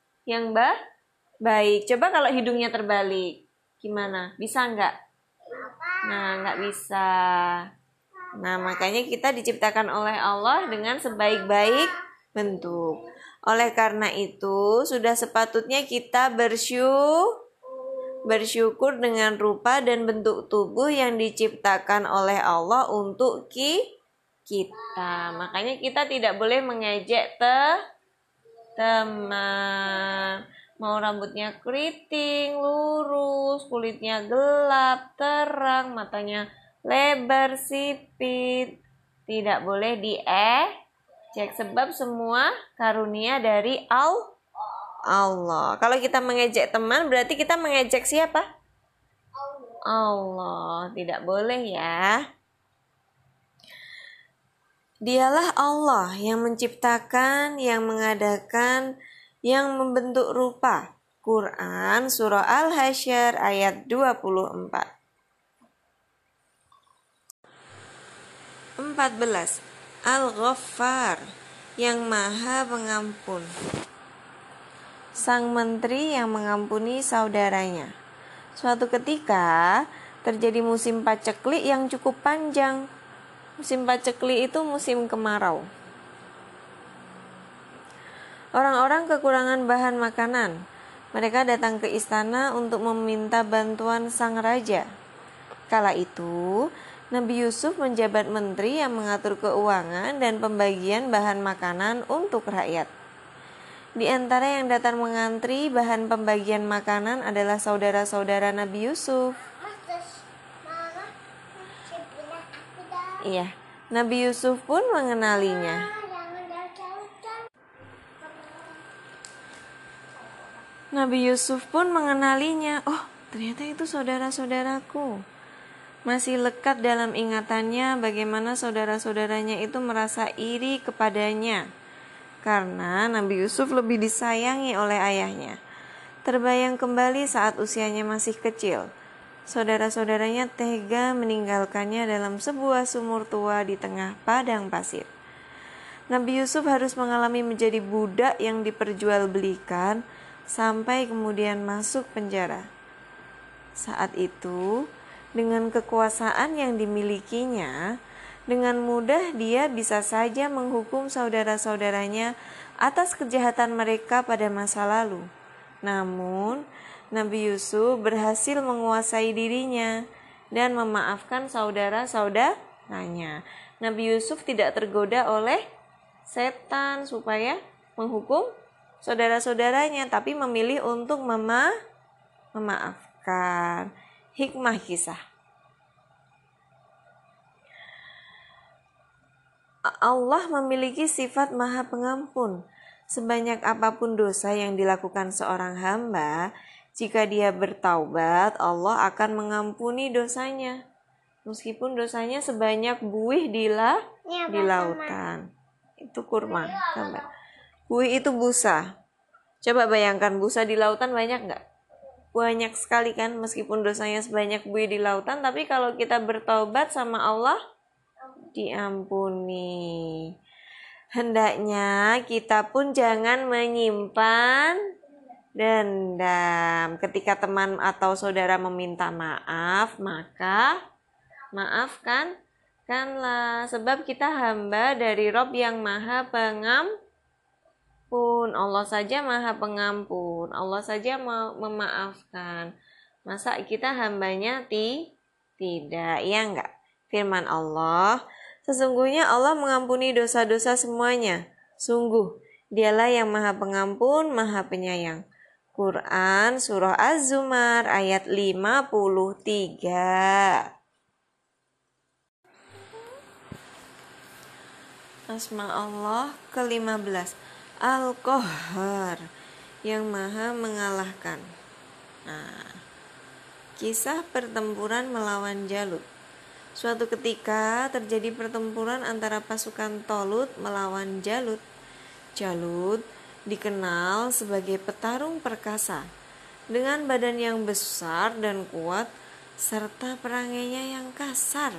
baik. Coba kalau hidungnya terbalik, gimana? Bisa nggak? Nah, nggak bisa. Nah, makanya kita diciptakan oleh Allah dengan sebaik-baik bentuk. Oleh karena itu, sudah sepatutnya kita bersyukur dengan rupa dan bentuk tubuh yang diciptakan oleh Allah untuk kita. Makanya kita tidak boleh mengejek teman. Mau rambutnya keriting, lurus, kulitnya gelap, terang, matanya lebar, sipit. Tidak boleh diejek sebab semua karunia dari Allah. Kalau kita mengejek teman berarti kita mengejek siapa? Allah. Tidak boleh ya. Dialah Allah yang menciptakan, yang mengadakan, yang membentuk rupa. Quran Surah Al-Hasyr ayat 24. 14. Al-Ghaffar, yang Maha Pengampun. Sang menteri yang mengampuni saudaranya. Suatu ketika terjadi musim paceklik yang cukup panjang. Musim paceklik itu musim kemarau. Orang-orang kekurangan bahan makanan. Mereka datang ke istana untuk meminta bantuan sang raja. Kala itu, Nabi Yusuf menjabat menteri yang mengatur keuangan dan pembagian bahan makanan untuk rakyat. Di antara yang datang mengantri bahan pembagian makanan adalah saudara-saudara Nabi Yusuf. Iya, Nabi Yusuf pun mengenalinya. Oh, ternyata itu saudara-saudaraku. Masih lekat dalam ingatannya bagaimana saudara-saudaranya itu merasa iri kepadanya. Karena Nabi Yusuf lebih disayangi oleh ayahnya. Terbayang kembali saat usianya masih kecil. Saudara-saudaranya tega meninggalkannya dalam sebuah sumur tua di tengah padang pasir. Nabi Yusuf harus mengalami menjadi budak yang diperjualbelikan sampai kemudian masuk penjara. Saat itu, dengan kekuasaan yang dimilikinya, dengan mudah dia bisa saja menghukum saudara-saudaranya atas kejahatan mereka pada masa lalu. Namun, Nabi Yusuf berhasil menguasai dirinya dan memaafkan saudara-saudaranya. Nabi Yusuf tidak tergoda oleh setan supaya menghukum saudara-saudaranya, tapi memilih untuk memaafkan. Hikmah kisah. Allah memiliki sifat Maha Pengampun. Sebanyak apapun dosa yang dilakukan seorang hamba, jika dia bertaubat, Allah akan mengampuni dosanya. Meskipun dosanya sebanyak buih di lautan. Itu kurma. Buih itu busa. Coba bayangkan busa di lautan banyak nggak? Banyak sekali kan, meskipun dosanya sebanyak buih di lautan, tapi kalau kita bertaubat sama Allah, diampuni. Hendaknya kita pun jangan menyimpan dendam. Ketika teman atau saudara meminta maaf, maka maafkanlah. Sebab kita hamba dari Rob yang Maha Pengampun. Allah saja Maha Pengampun. Allah saja memaafkan. Masa kita hambanya tidak? Ya enggak? Firman Allah, sesungguhnya Allah mengampuni dosa-dosa semuanya. Sungguh, Dialah yang Maha Pengampun, Maha Penyayang. Quran Surah Az-Zumar ayat 53. Asma Allah ke-15, Al-Qahhar, yang Maha Mengalahkan. Nah, kisah pertempuran melawan Jalut. Suatu ketika terjadi pertempuran antara pasukan Tolut melawan Jalut. Jalut dikenal sebagai petarung perkasa dengan badan yang besar dan kuat serta perangainya yang kasar.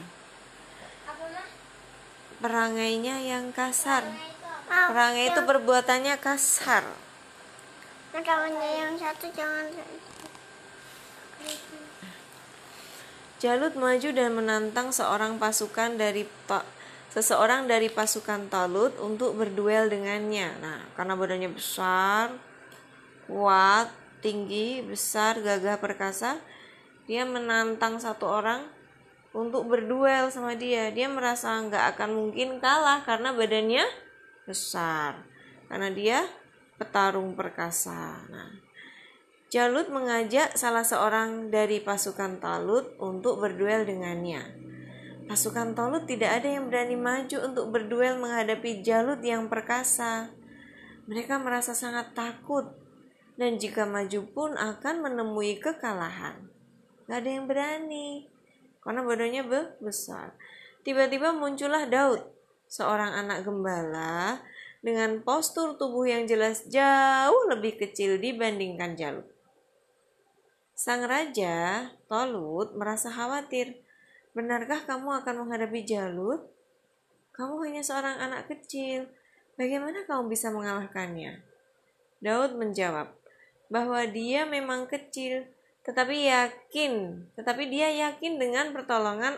Perangai itu perbuatannya kasar. Kawannya yang satu jangan. Jalut maju dan menantang seseorang dari pasukan Talut untuk berduel dengannya. Nah, karena badannya besar, kuat, tinggi, besar, gagah perkasa, dia menantang satu orang untuk berduel sama dia. Dia merasa nggak akan mungkin kalah karena badannya besar, karena dia petarung perkasa. Nah, Jalut mengajak salah seorang dari pasukan Talut untuk berduel dengannya. Pasukan Talut tidak ada yang berani maju untuk berduel menghadapi Jalut yang perkasa. Mereka merasa sangat takut, dan jika maju pun akan menemui kekalahan. Gak ada yang berani, karena badannya besar. Tiba-tiba muncullah Daud, seorang anak gembala, dengan postur tubuh yang jelas jauh lebih kecil dibandingkan Jalut. Sang raja Tolut merasa khawatir. Benarkah kamu akan menghadapi Jalut? Kamu hanya seorang anak kecil. Bagaimana kamu bisa mengalahkannya? Daud menjawab bahwa dia memang kecil, tetapi dia yakin dengan pertolongan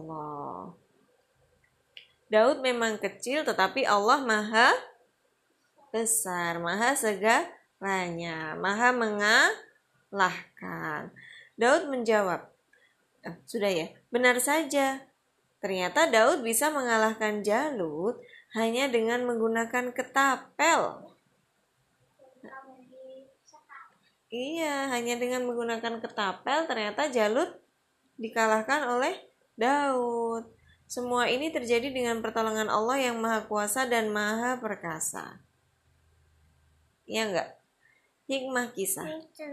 Allah. Daud memang kecil, tetapi Allah Maha besar, maha segalanya, maha mengalahkan. Daud menjawab, sudah ya, benar saja. Ternyata Daud bisa mengalahkan Jalut hanya dengan menggunakan ketapel. Iya, hanya dengan menggunakan ketapel ternyata Jalut dikalahkan oleh Daud. Semua ini terjadi dengan pertolongan Allah yang Maha Kuasa dan Maha Perkasa. Iya enggak? Hikmah kisah.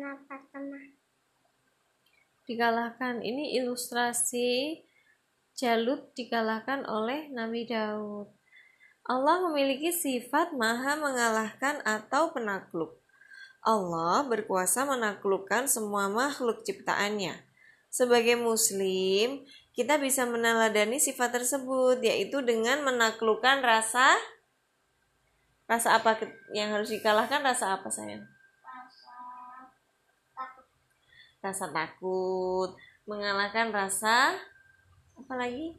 Dikalahkan. Ini ilustrasi Jalut dikalahkan oleh Nabi Daud. Allah memiliki sifat Maha mengalahkan atau penakluk. Allah berkuasa menaklukkan semua makhluk ciptaannya. Sebagai muslim, kita bisa meneladani sifat tersebut, yaitu dengan menaklukkan rasa apa yang harus dikalahkan, rasa apa sayang? Rasa takut. Mengalahkan rasa apa lagi?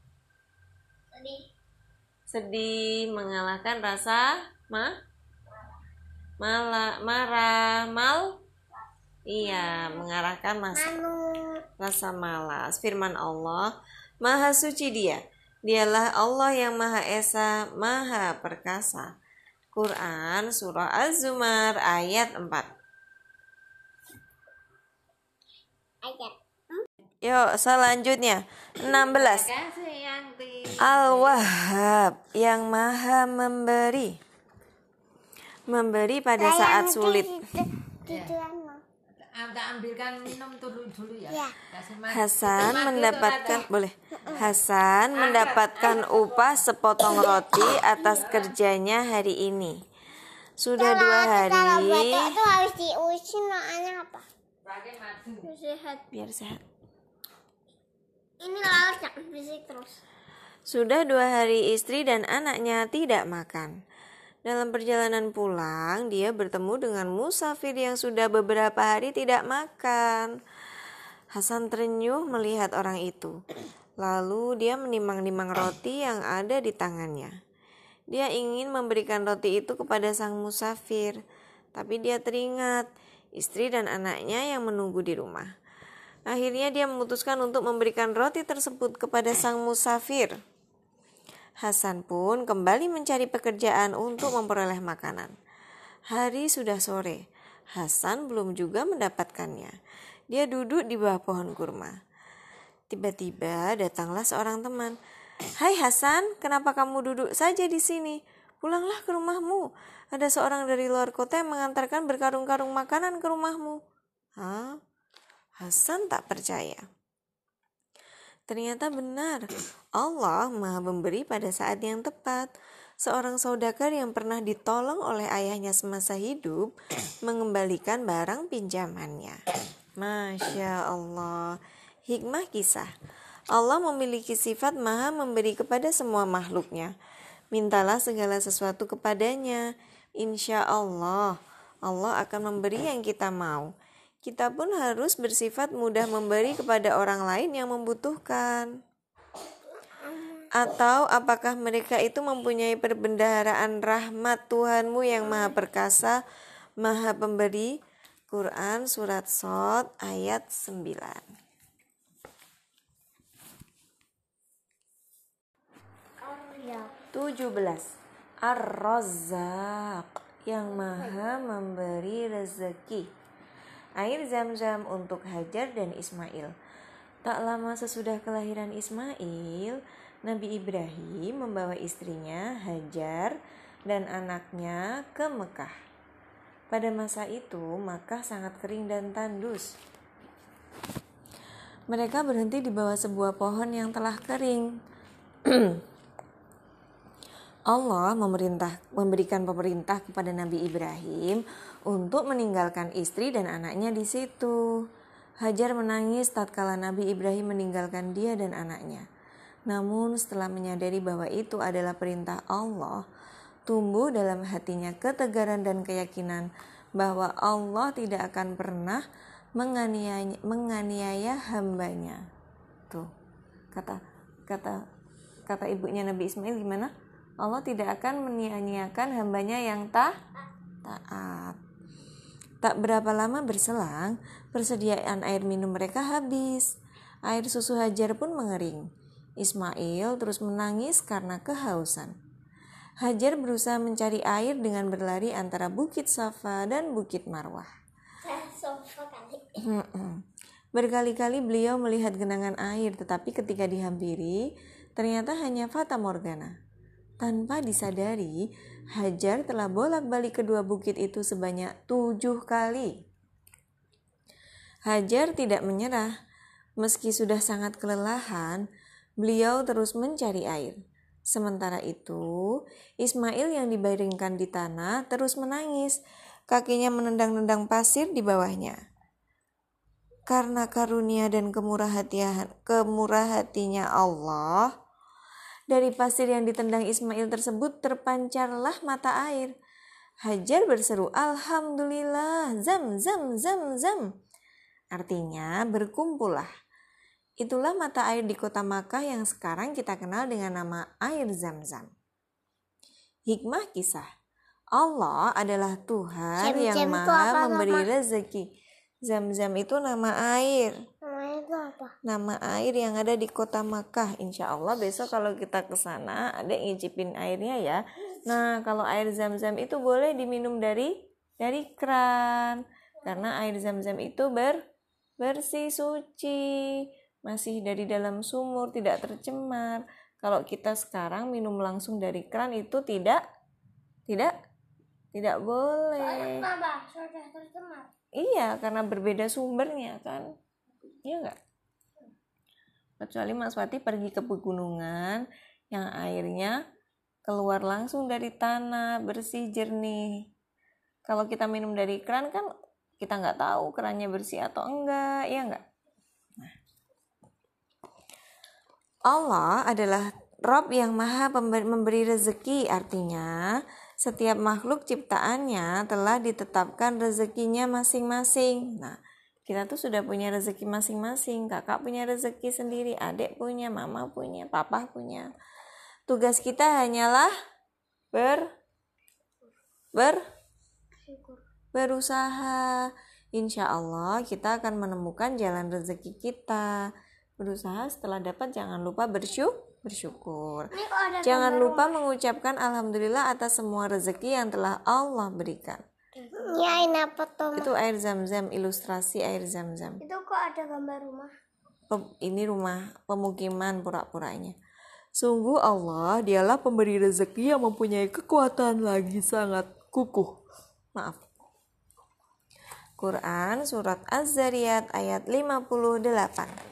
Sedih. Mengalahkan rasa marah, mengarahkan rasa malas. Firman Allah, Maha Suci Dialah Allah yang Maha Esa, Maha Perkasa. Quran Surah Az-Zumar ayat 4. Yuk selanjutnya 16. Al-Wahhab yang Maha memberi pada saat sulit. Ambilkan minum dulu ya. Hasan mendapatkan upah sepotong roti atas kerjanya hari ini. Sudah 2 hari. Itu harus diusin makanya apa? Biar sehat. Ini lalat jangan berisik terus. Sudah 2 hari istri dan anaknya tidak makan. Dalam perjalanan pulang, dia bertemu dengan musafir yang sudah beberapa hari tidak makan. Hasan terenyuh melihat orang itu. Lalu dia menimang-nimang roti yang ada di tangannya. Dia ingin memberikan roti itu kepada sang musafir, tapi dia teringat istri dan anaknya yang menunggu di rumah. Akhirnya dia memutuskan untuk memberikan roti tersebut kepada sang musafir. Hasan pun kembali mencari pekerjaan untuk memperoleh makanan. Hari sudah sore. Hasan belum juga mendapatkannya. Dia duduk di bawah pohon kurma. Tiba-tiba datanglah seorang teman. "Hai Hasan, kenapa kamu duduk saja di sini? Pulanglah ke rumahmu. Ada seorang dari luar kota yang mengantarkan berkarung-karung makanan ke rumahmu." Hah? Hasan tak percaya. Ternyata benar, Allah Maha memberi pada saat yang tepat. Seorang saudagar yang pernah ditolong oleh ayahnya semasa hidup mengembalikan barang pinjamannya. Masya Allah. Hikmah kisah. Allah memiliki sifat Maha memberi kepada semua makhluknya. Mintalah segala sesuatu kepadanya. Insya Allah, Allah akan memberi yang kita mau. Kita pun harus bersifat mudah memberi kepada orang lain yang membutuhkan. Atau apakah mereka itu mempunyai perbendaharaan rahmat Tuhanmu yang Maha Perkasa, Maha Pemberi? Quran Surat Shad ayat 9. 17. Ar-Razzaq yang Maha memberi rezeki. Air Zam-Zam untuk Hajar dan Ismail. Tak lama sesudah kelahiran Ismail, Nabi Ibrahim membawa istrinya Hajar dan anaknya ke Mekah. Pada masa itu, Makkah sangat kering dan tandus. Mereka berhenti di bawah sebuah pohon yang telah kering. Allah memberikan pemerintah kepada Nabi Ibrahim untuk meninggalkan istri dan anaknya di situ. Hajar menangis tatkala Nabi Ibrahim meninggalkan dia dan anaknya. Namun setelah menyadari bahwa itu adalah perintah Allah, tumbuh dalam hatinya ketegaran dan keyakinan bahwa Allah tidak akan pernah menganiaya hambanya. Tuh, kata ibunya Nabi Ismail gimana? Allah tidak akan menyia-nyiakan hambanya yang taat. Tak berapa lama berselang, persediaan air minum mereka habis. Air susu Hajar pun mengering. Ismail terus menangis karena kehausan. Hajar berusaha mencari air dengan berlari antara Bukit Safa dan Bukit Marwah. Berkali-kali beliau melihat genangan air, tetapi ketika dihampiri, ternyata hanya fata morgana. Tanpa disadari, Hajar telah bolak-balik kedua bukit itu sebanyak 7 kali. Hajar tidak menyerah. Meski sudah sangat kelelahan, beliau terus mencari air. Sementara itu, Ismail yang dibaringkan di tanah terus menangis. Kakinya menendang-nendang pasir di bawahnya. Karena karunia dan kemurah hatinya Allah, dari pasir yang ditendang Ismail tersebut terpancarlah mata air. Hajar berseru, "Alhamdulillah, zam zam zam zam." Artinya berkumpullah. Itulah mata air di kota Makkah yang sekarang kita kenal dengan nama air Zam-Zam. Hikmah kisah. Allah adalah Tuhan yang maha memberi rezeki. Zam-Zam itu nama air. Namanya itu apa? Nama air yang ada di kota Makkah. Insya Allah besok kalau kita ke sana ada ngicipin airnya ya. Nah, kalau air Zam-Zam itu boleh diminum dari keran. Karena air Zam-Zam itu bersih, suci, masih dari dalam sumur, tidak tercemar. Kalau kita sekarang minum langsung dari keran itu tidak boleh. Sudah tercemar. Iya, karena berbeda sumbernya kan. Iya enggak? Kecuali Mas Wati pergi ke pegunungan yang airnya keluar langsung dari tanah, bersih, jernih. Kalau kita minum dari keran kan kita nggak tahu kerannya bersih atau enggak, ya enggak? Nah. Allah adalah Rabb yang maha memberi rezeki, artinya setiap makhluk ciptaannya telah ditetapkan rezekinya masing-masing. Nah, kita tuh sudah punya rezeki masing-masing. Kakak punya rezeki sendiri, adik punya, mama punya, papa punya. Tugas kita hanyalah berusaha. Insya Allah kita akan menemukan jalan rezeki kita. Berusaha, setelah dapat jangan lupa bersyukur. Jangan lupa mengucapkan alhamdulillah atas semua rezeki yang telah Allah berikan. Ya, ini apa tuh? Itu air Zam-Zam, ilustrasi air Zam-Zam. Itu kok ada gambar rumah? Ini rumah pemukiman pura-puranya. Sungguh Allah, dialah pemberi rezeki yang mempunyai kekuatan lagi sangat kukuh. Maaf. Quran surat Az-Zariyat ayat 58.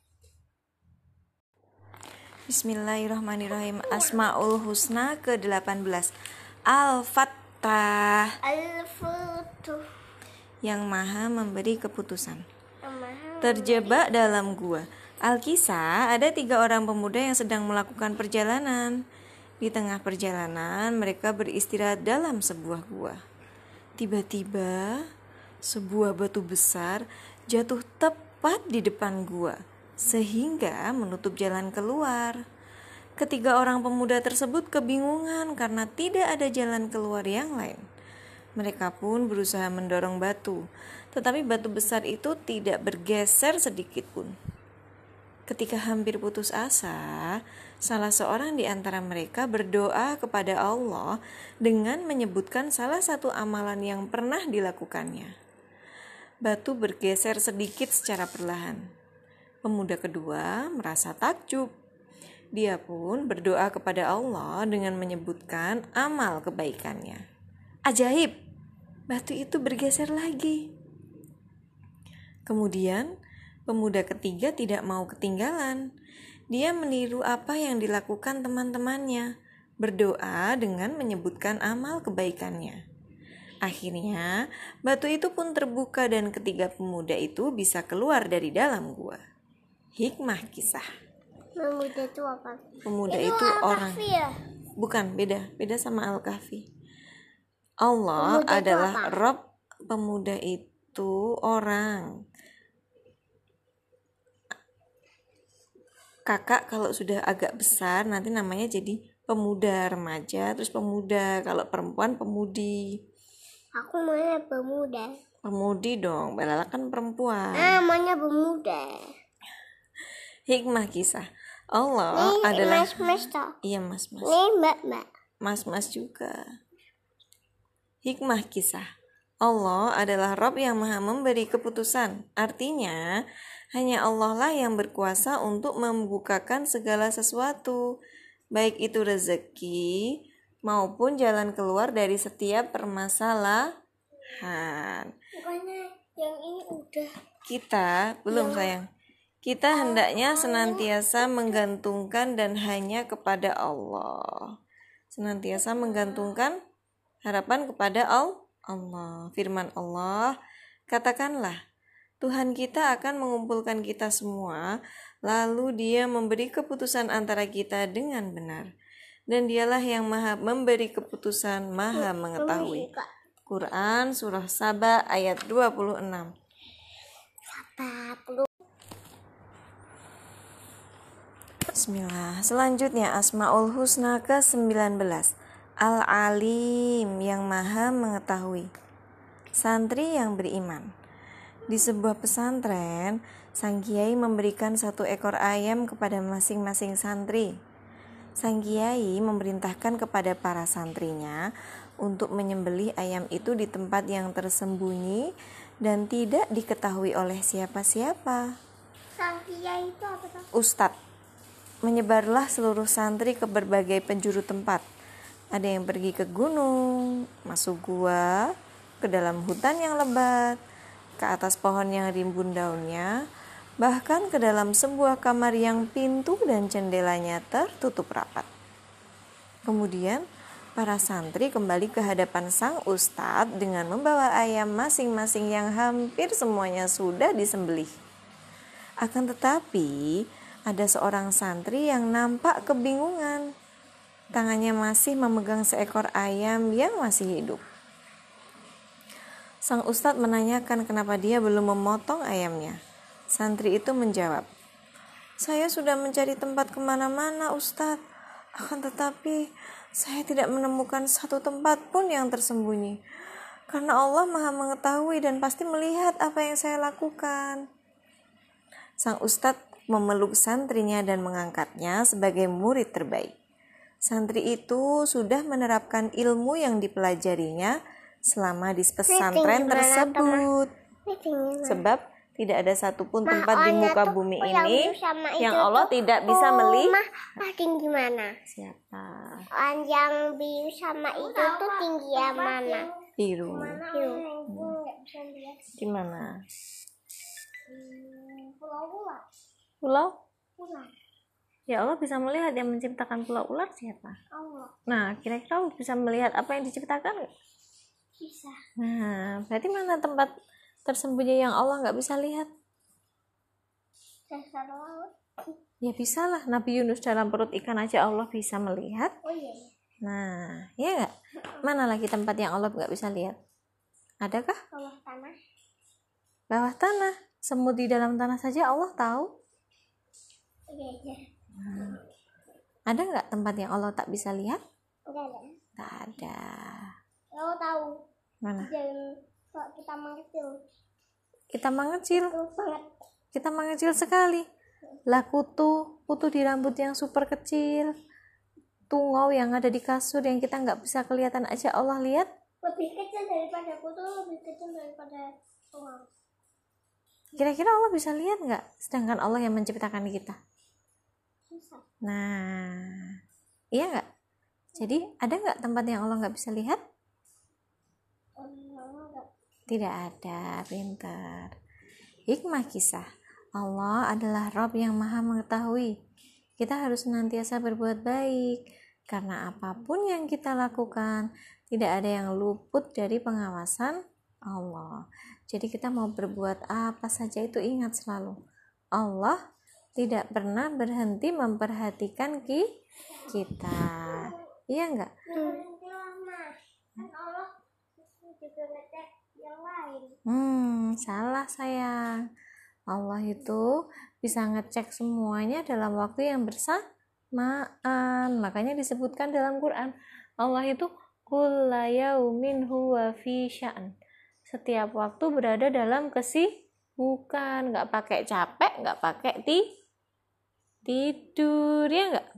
Bismillahirrahmanirrahim. Asmaul Husna ke-18. Al-Fattah, Al-Futuh, yang maha memberi keputusan. Terjebak dalam gua. Al-Kisah, ada 3 orang pemuda yang sedang melakukan perjalanan. Di tengah perjalanan mereka beristirahat dalam sebuah gua. Tiba-tiba sebuah batu besar jatuh tepat di depan gua, sehingga menutup jalan keluar. Ketiga orang pemuda tersebut kebingungan karena tidak ada jalan keluar yang lain. Mereka pun berusaha mendorong batu, tetapi batu besar itu tidak bergeser sedikit pun. Ketika hampir putus asa, salah seorang di antara mereka berdoa kepada Allah dengan menyebutkan salah satu amalan yang pernah dilakukannya. Batu bergeser sedikit secara perlahan. Pemuda kedua merasa takjub. Dia pun berdoa kepada Allah dengan menyebutkan amal kebaikannya. Ajaib, batu itu bergeser lagi. Kemudian, pemuda ketiga tidak mau ketinggalan. Dia meniru apa yang dilakukan teman-temannya, berdoa dengan menyebutkan amal kebaikannya. Akhirnya, batu itu pun terbuka dan ketiga pemuda itu bisa keluar dari dalam gua. Hikmah kisah. Pemuda itu apa? Pemuda itu orang. Ya? Bukan, beda sama Al-Kahfi. Allah Pemuda adalah itu apa? Rabb, pemuda itu orang. Kakak kalau sudah agak besar nanti namanya jadi pemuda, remaja, terus pemuda. Kalau perempuan pemudi. Aku maunya pemuda. Pemudi dong, Balala kan perempuan. Maunya pemuda. Hikmah kisah. Allah adalah Mas toh. Iya, mas-mas. Nih mbak. Mas-mas juga. Hikmah kisah. Allah adalah Rabb yang maha memberi keputusan. Artinya, hanya Allah lah yang berkuasa untuk membukakan segala sesuatu, baik itu rezeki maupun jalan keluar dari setiap permasalahan. Bukannya yang ini udah. Kita, belum sayang. Kita hendaknya senantiasa menggantungkan dan hanya kepada Allah. Senantiasa menggantungkan harapan kepada Allah. Firman Allah, katakanlah, Tuhan kita akan mengumpulkan kita semua, lalu Dia memberi keputusan antara kita dengan benar. Dan Dialah yang maha memberi keputusan, maha mengetahui. Quran Surah Saba ayat 26. Bismillah. Selanjutnya Asmaul Husna ke-19. Al-Alim yang maha mengetahui. Santri yang beriman. Di sebuah pesantren, sang kiai memberikan 1 ekor ayam kepada masing-masing santri. Sang kiai memerintahkan kepada para santrinya untuk menyembelih ayam itu di tempat yang tersembunyi dan tidak diketahui oleh siapa-siapa. Sang kiai itu apa tuh? Ustadz. Menyebarlah seluruh santri ke berbagai penjuru tempat. Ada yang pergi ke gunung, masuk gua, ke dalam hutan yang lebat, ke atas pohon yang rimbun daunnya, bahkan ke dalam sebuah kamar yang pintu dan jendelanya tertutup rapat. Kemudian, para santri kembali ke hadapan sang ustadz dengan membawa ayam masing-masing yang hampir semuanya sudah disembelih. Akan tetapi, ada seorang santri yang nampak kebingungan. Tangannya masih memegang seekor ayam yang masih hidup. Sang ustadz menanyakan kenapa dia belum memotong ayamnya. Santri itu menjawab, "Saya sudah mencari tempat kemana-mana, Ustadz. Akan tetapi, saya tidak menemukan satu tempat pun yang tersembunyi. Karena Allah maha mengetahui dan pasti melihat apa yang saya lakukan." Sang ustadz memeluk santrinya dan mengangkatnya sebagai murid terbaik. Santri itu sudah menerapkan ilmu yang dipelajarinya selama di pesantren tersebut. Sebab tidak ada satupun tempat di muka bumi ini yang Allah tidak bisa melihat. Gimana? Siapa? Yang biru sama itu tuh tinggi yang mana? Biru. Di mana? Pulau? Ular. Ya Allah bisa melihat, yang menciptakan pulau ular siapa? Allah. Nah, kira-kira Allah bisa melihat apa yang diciptakan nggak? Bisa. Nah, berarti mana tempat tersembunyi yang Allah nggak bisa lihat? Dasar laut. Ya bisa lah, Nabi Yunus dalam perut ikan aja Allah bisa melihat. Oh iya. Nah, ya nggak? Mana lagi tempat yang Allah nggak bisa lihat? Adakah? Bawah tanah. Bawah tanah. Semut di dalam tanah saja Allah tahu. Iya. Ada nggak tempat yang Allah tak bisa lihat? Enggak ada. Tak ada. Lo tahu? Mana? Jangan kalau kita mengecil. Kita mengecil. Terus banget. Kita mengecil sekali. Lah kutu di rambut yang super kecil. Tungau yang ada di kasur yang kita nggak bisa kelihatan aja Allah lihat. Lebih kecil daripada kutu, lebih kecil daripada tungau. Kira-kira Allah bisa lihat nggak? Sedangkan Allah yang menciptakan kita. Susah. Nah, iya nggak? Jadi ada nggak tempat yang Allah nggak bisa lihat? Enggak. Tidak ada, pintar. Hikmah kisah. Allah adalah Rabb yang maha mengetahui. Kita harus senantiasa berbuat baik. Karena apapun yang kita lakukan, tidak ada yang luput dari pengawasan Allah. Jadi kita mau berbuat apa saja itu ingat selalu. Allah tidak pernah berhenti memperhatikan kita. Iya enggak? Kan Allah juga ngecek yang lain. Salah sayang. Allah itu bisa ngecek semuanya dalam waktu yang ma'an. Makanya disebutkan dalam Quran, Allah itu kulla yaumin huwa fi sya'n. Setiap waktu berada dalam kesibukan, nggak pakai capek, nggak pakai tidur, ya nggak?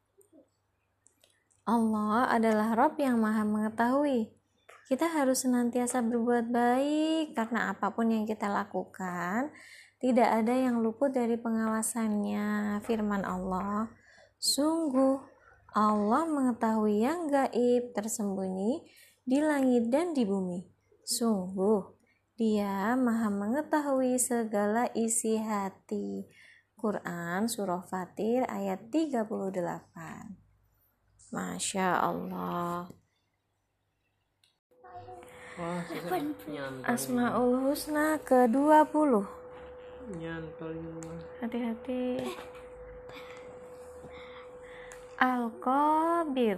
Allah adalah Rabb yang maha mengetahui. Kita harus senantiasa berbuat baik karena apapun yang kita lakukan, tidak ada yang luput dari pengawasannya. Firman Allah, sungguh Allah mengetahui yang gaib tersembunyi di langit dan di bumi. Sungguh Dia maha mengetahui segala isi hati. Quran Surah Fatir ayat 38. Masya Allah. Asmaul Husna ke-20. Hati-hati. Al-Qabir,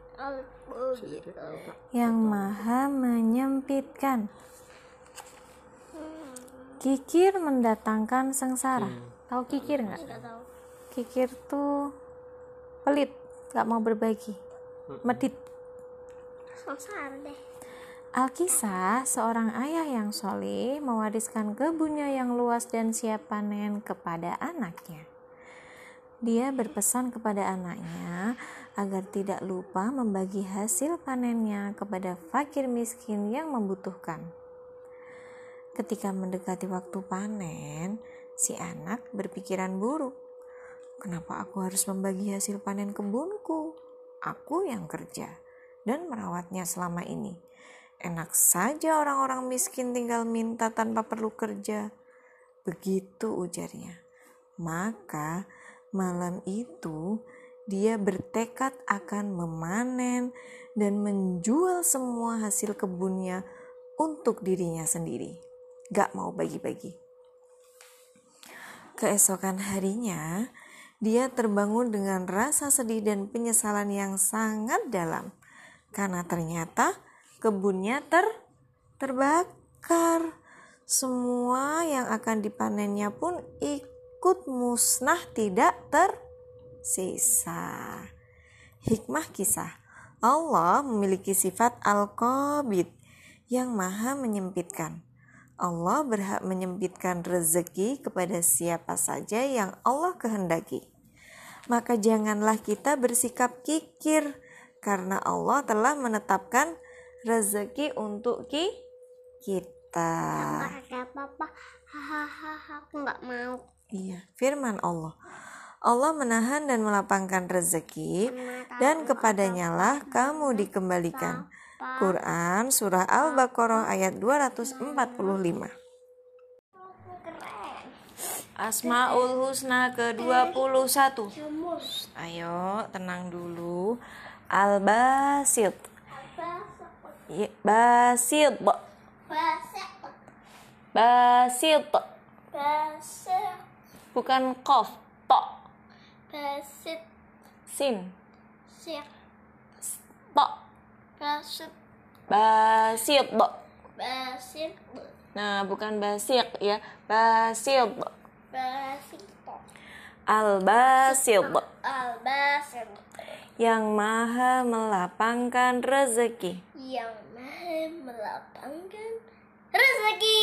yang maha menyempitkan. Kikir mendatangkan sengsara. Tahu kikir nggak? Kikir tuh pelit, nggak mau berbagi, medit. Sengsara deh. Alkisah, seorang ayah yang soleh mewariskan kebunnya yang luas dan siap panen kepada anaknya. Dia berpesan kepada anaknya agar tidak lupa membagi hasil panennya kepada fakir miskin yang membutuhkan. Ketika mendekati waktu panen, si anak berpikiran buruk. Kenapa aku harus membagi hasil panen kebunku? Aku yang kerja dan merawatnya selama ini. Enak saja orang-orang miskin tinggal minta tanpa perlu kerja. Begitu ujarnya. Maka malam itu dia bertekad akan memanen dan menjual semua hasil kebunnya untuk dirinya sendiri. Gak mau bagi-bagi. Keesokan harinya, dia terbangun dengan rasa sedih dan penyesalan yang sangat dalam. Karena ternyata kebunnya terbakar. Semua yang akan dipanennya pun ikut musnah, tidak tersisa. Hikmah kisah, Allah memiliki sifat Al-Qabid yang maha menyempitkan. Allah berhak menyempitkan rezeki kepada siapa saja yang Allah kehendaki. Maka janganlah kita bersikap kikir karena Allah telah menetapkan rezeki untuk kita. Nggak ada apa-apa, hahaha, aku nggak mau. Iya, firman Allah. Allah menahan dan melapangkan rezeki dan kepadanya lah kamu dikembalikan. Quran Surah Al-Baqarah ayat 245. Asmaul Husna ke-21. Ayo, tenang dulu. Al-Basit. Basit. Basit. Bukan qaf, ta. Basit. Sin. Sik. Ta. Basit. Basit. Basit. Nah, bukan basik ya. Basit. Basit. Al-Basit. Al-Basit. Yang maha melapangkan rezeki. Yang maha melapangkan rezeki.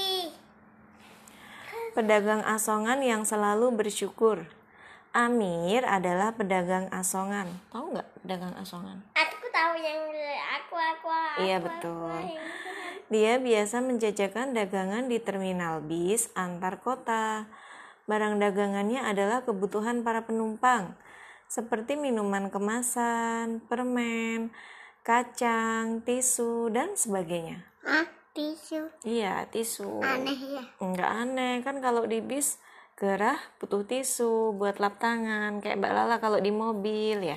Pedagang asongan yang selalu bersyukur. Amir adalah pedagang asongan. Tahu nggak pedagang asongan? Aku tahu yang aku. Iya, betul. Dia biasa menjajakan dagangan di terminal bis antar kota. Barang dagangannya adalah kebutuhan para penumpang, seperti minuman kemasan, permen, kacang, tisu, dan sebagainya. Hah? Tisu? Iya, tisu. Aneh ya? Enggak aneh, kan kalau di bis gerah butuh tisu buat lap tangan, kayak Mbak Lala kalau di mobil ya.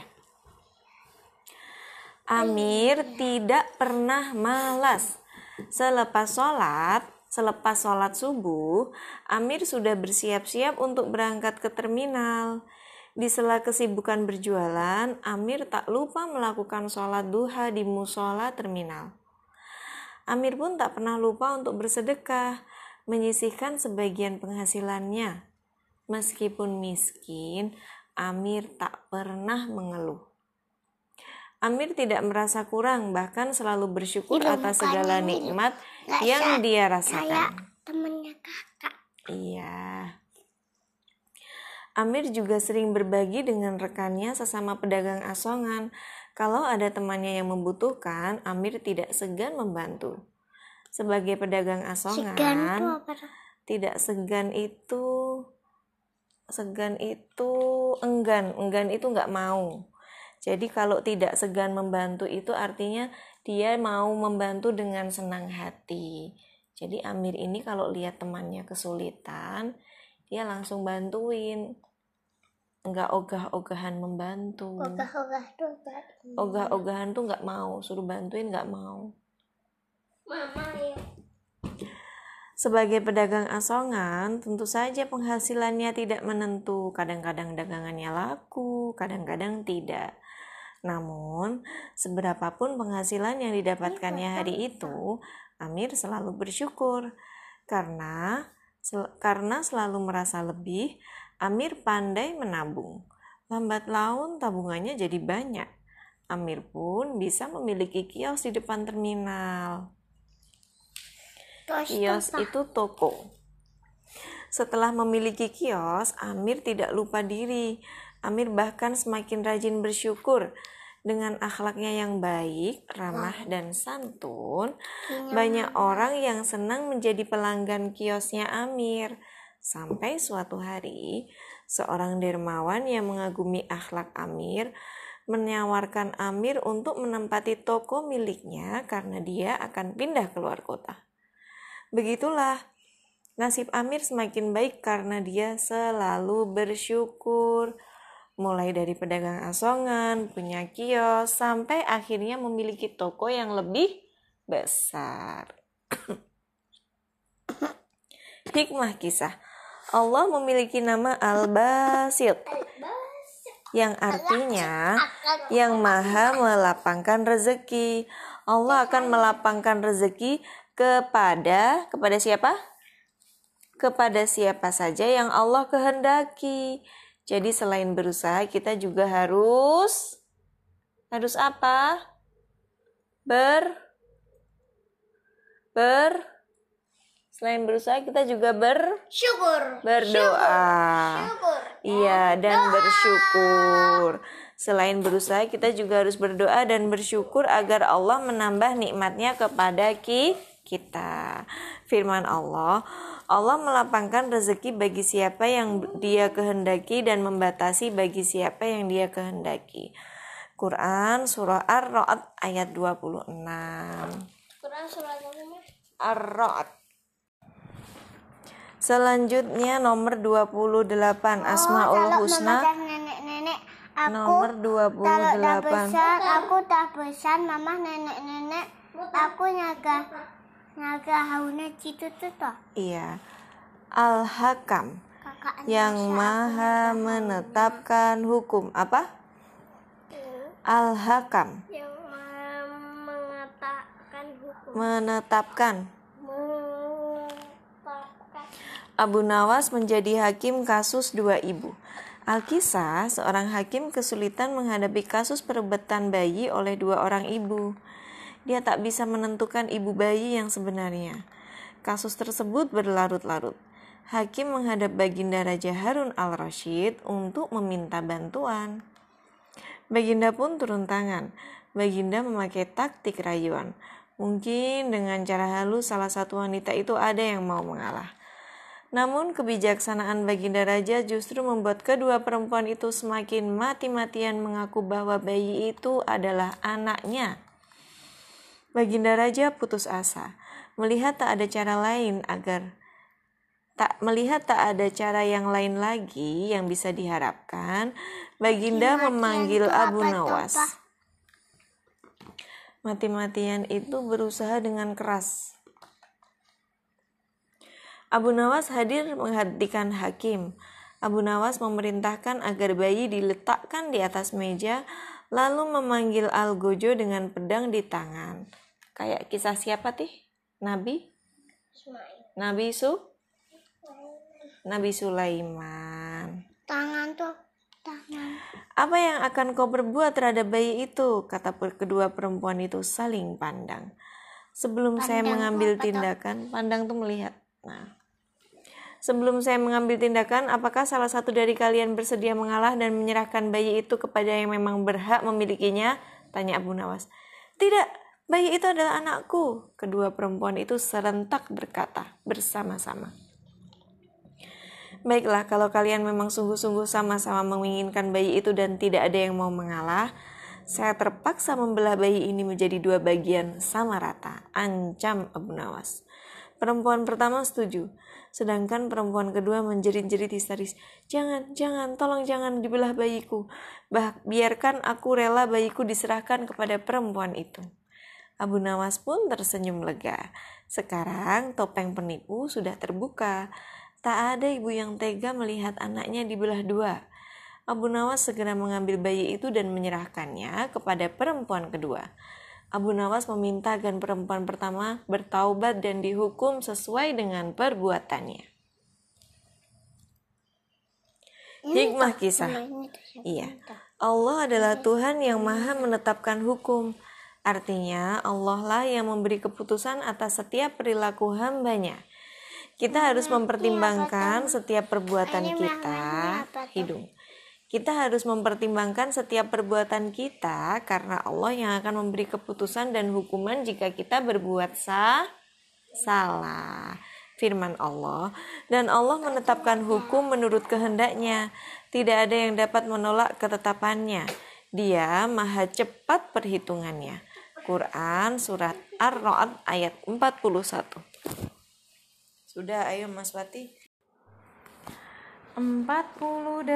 Amir tidak pernah malas. Selepas sholat subuh, Amir sudah bersiap-siap untuk berangkat ke terminal. Di sela kesibukan berjualan, Amir tak lupa melakukan sholat duha di musola terminal. Amir pun tak pernah lupa untuk bersedekah, menyisihkan sebagian penghasilannya. Meskipun miskin, Amir tak pernah mengeluh. Amir tidak merasa kurang, bahkan selalu bersyukur atas segala nikmat yang dia rasakan. Temennya kakak. Iya. Amir juga sering berbagi dengan rekannya sesama pedagang asongan. Kalau ada temannya yang membutuhkan, Amir tidak segan membantu. Sebagai pedagang asongan, tidak segan itu enggan itu nggak mau. Jadi kalau tidak segan membantu itu artinya dia mau membantu dengan senang hati. Jadi Amir ini kalau lihat temannya kesulitan, dia langsung bantuin. Enggak ogah-ogahan membantu. Ogah-ogahan tuh nggak mau, suruh bantuin nggak mau. Mama ya. Sebagai pedagang asongan, tentu saja penghasilannya tidak menentu. Kadang-kadang dagangannya laku, kadang-kadang tidak. Namun, seberapapun penghasilan yang didapatkannya hari itu, Amir selalu bersyukur. Karena selalu merasa lebih, Amir pandai menabung. Lambat laun tabungannya jadi banyak. Amir pun bisa memiliki kios di depan terminal. Kios itu toko. Setelah memiliki kios, Amir tidak lupa diri. Amir bahkan semakin rajin bersyukur. Dengan akhlaknya yang baik, ramah, dan santun, banyak orang yang senang menjadi pelanggan kiosnya Amir. Sampai suatu hari, seorang dermawan yang mengagumi akhlak Amir menawarkan Amir untuk menempati toko miliknya karena dia akan pindah keluar kota. Begitulah, nasib Amir semakin baik karena dia selalu bersyukur. Mulai dari pedagang asongan, punya kios, sampai akhirnya memiliki toko yang lebih besar. Hikmah kisah. Allah memiliki nama Al-Basit, yang artinya yang maha melapangkan rezeki. Allah akan melapangkan rezeki kepada siapa? Kepada siapa saja yang Allah kehendaki. Jadi selain berusaha, kita juga harus apa? Selain berusaha, kita juga berdoa. Iya, dan bersyukur. Selain berusaha, kita juga harus berdoa dan bersyukur agar Allah menambah nikmatnya kepada kita. Firman Allah melapangkan rezeki bagi siapa yang dia kehendaki dan membatasi bagi siapa yang dia kehendaki. Quran surah Ar-Ra'd ayat 26. Quran surah apa? Ar-Ra'd. Selanjutnya nomor 28, Asmaul Husna. Nenek-nenek, nomor 28. Aku tak besar, mama nenek-nenek. Aku nyaga hauna gitu tuh. Iya. Al-Hakam, yang maha menetapkan hukum. Apa? Al-Hakam, Yang maha mengatakan hukum. menetapkan. Abu Nawas menjadi hakim kasus 2 ibu. Al-Kisah, seorang hakim kesulitan menghadapi kasus perebutan bayi oleh 2 orang ibu. Dia tak bisa menentukan ibu bayi yang sebenarnya. Kasus tersebut berlarut-larut. Hakim menghadap Baginda Raja Harun al-Rasyid untuk meminta bantuan. Baginda pun turun tangan. Baginda memakai taktik rayuan. Mungkin dengan cara halus salah satu wanita itu ada yang mau mengalah. Namun kebijaksanaan Baginda Raja justru membuat kedua perempuan itu semakin mati-matian mengaku bahwa bayi itu adalah anaknya. Baginda Raja putus asa, melihat tak ada cara yang lain lagi yang bisa diharapkan. Baginda memanggil Abu Nawas. Mati-matian itu berusaha dengan keras. Abu Nawas hadir menghentikan hakim. Abu Nawas memerintahkan agar bayi diletakkan di atas meja, lalu memanggil Al-Gojo dengan pedang di tangan. Kayak kisah siapa tih? Nabi Sulaiman. Tangan tuh Tangan. Apa yang akan kau perbuat terhadap bayi itu? Kata kedua perempuan itu saling pandang. Sebelum saya Pandang mengambil tuh apa tindakan, pandang tuh melihat. Nah, sebelum saya mengambil tindakan, apakah salah satu dari kalian bersedia mengalah dan menyerahkan bayi itu kepada yang memang berhak memilikinya? Tanya Abu Nawas. Tidak, bayi itu adalah anakku. Kedua perempuan itu serentak berkata bersama-sama. Baiklah, kalau kalian memang sungguh-sungguh sama-sama menginginkan bayi itu dan tidak ada yang mau mengalah, saya terpaksa membelah bayi ini menjadi 2 bagian sama rata, ancam Abu Nawas. Perempuan pertama setuju, sedangkan perempuan kedua menjerit-jerit histeris. Jangan, tolong jangan dibelah bayiku. Biarkan aku rela bayiku diserahkan kepada perempuan itu. Abu Nawas pun tersenyum lega. Sekarang topeng penipu sudah terbuka. Tak ada ibu yang tega melihat anaknya dibelah 2. Abu Nawas segera mengambil bayi itu dan menyerahkannya kepada perempuan kedua. Abu Nawas meminta agar perempuan pertama bertaubat dan dihukum sesuai dengan perbuatannya. Hikmah kisah. Iya, Allah adalah Tuhan yang Maha menetapkan hukum. Artinya Allah lah yang memberi keputusan atas setiap perilaku hambanya. Kita harus mempertimbangkan setiap perbuatan kita. Kita harus mempertimbangkan setiap perbuatan kita karena Allah yang akan memberi keputusan dan hukuman jika kita berbuat salah. Firman Allah, dan Allah menetapkan hukum menurut kehendaknya. Tidak ada yang dapat menolak ketetapannya. Dia maha cepat perhitungannya. Quran Surat Ar-Ra'd ayat 41. Sudah, ayo Mas Wati. 48.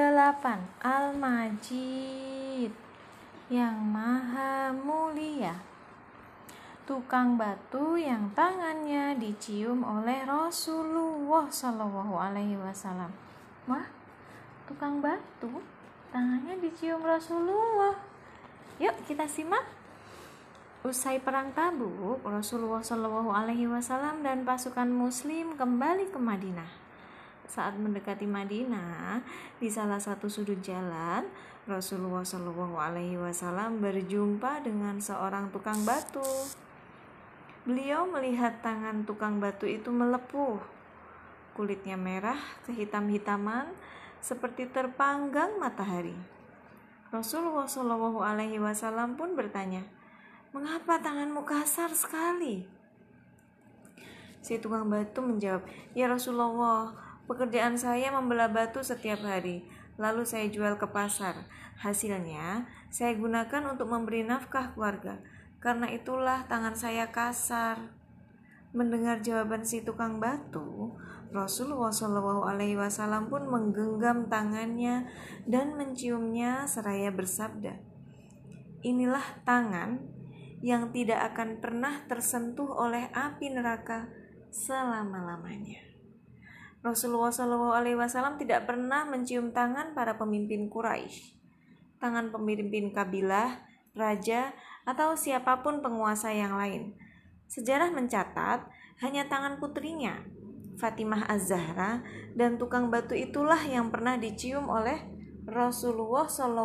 Al-Majid, yang maha mulia. Tukang batu yang tangannya dicium oleh Rasulullah SAW. Wah, tukang batu tangannya dicium Rasulullah. Yuk kita simak. Usai perang Tabuk, Rasulullah SAW dan pasukan Muslim kembali ke Madinah. Saat mendekati Madinah, di salah satu sudut jalan, Rasulullah SAW berjumpa dengan seorang tukang batu. Beliau melihat tangan tukang batu itu melepuh. Kulitnya merah kehitam-hitaman seperti terpanggang matahari. Rasulullah SAW pun bertanya, "Mengapa tanganmu kasar sekali?" Si tukang batu menjawab, "Ya Rasulullah, pekerjaan saya membelah batu setiap hari, lalu saya jual ke pasar. Hasilnya, saya gunakan untuk memberi nafkah keluarga. Karena itulah tangan saya kasar." Mendengar jawaban si tukang batu, Rasulullah SAW pun menggenggam tangannya dan menciumnya seraya bersabda, "Inilah tangan yang tidak akan pernah tersentuh oleh api neraka selama-lamanya." Rasulullah SAW tidak pernah mencium tangan para pemimpin Quraisy, tangan pemimpin kabilah, raja, atau siapapun penguasa yang lain. Sejarah mencatat hanya tangan putrinya, Fatimah Az-Zahra, dan tukang batu itulah yang pernah dicium oleh Rasulullah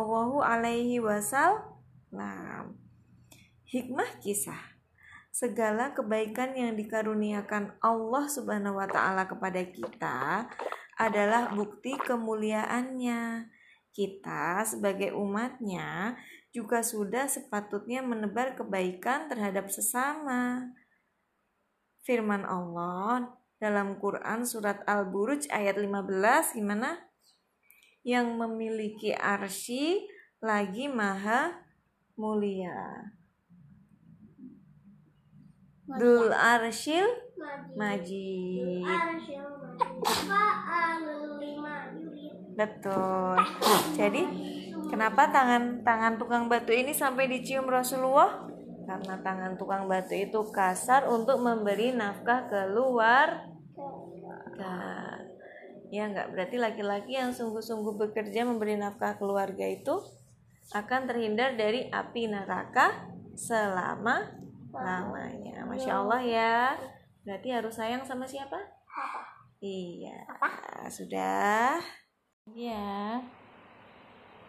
SAW. Hikmah kisah. Segala kebaikan yang dikaruniakan Allah Subhanahu wa Ta'ala kepada kita adalah bukti kemuliaannya. Kita sebagai umatnya juga sudah sepatutnya menebar kebaikan terhadap sesama. Firman Allah dalam Quran Surat Al-Buruj ayat 15 gimana? Yang memiliki arsy lagi maha mulia. Dul arsyil majid. Betul. Jadi kenapa tangan tukang batu ini sampai dicium Rasulullah? Karena tangan tukang batu itu kasar untuk memberi nafkah keluarga. Ya enggak, berarti laki-laki yang sungguh-sungguh bekerja memberi nafkah keluarga itu akan terhindar dari api neraka selama-lamanya. Masya Allah ya. Berarti harus sayang sama siapa? Iya. Sudah. Ya.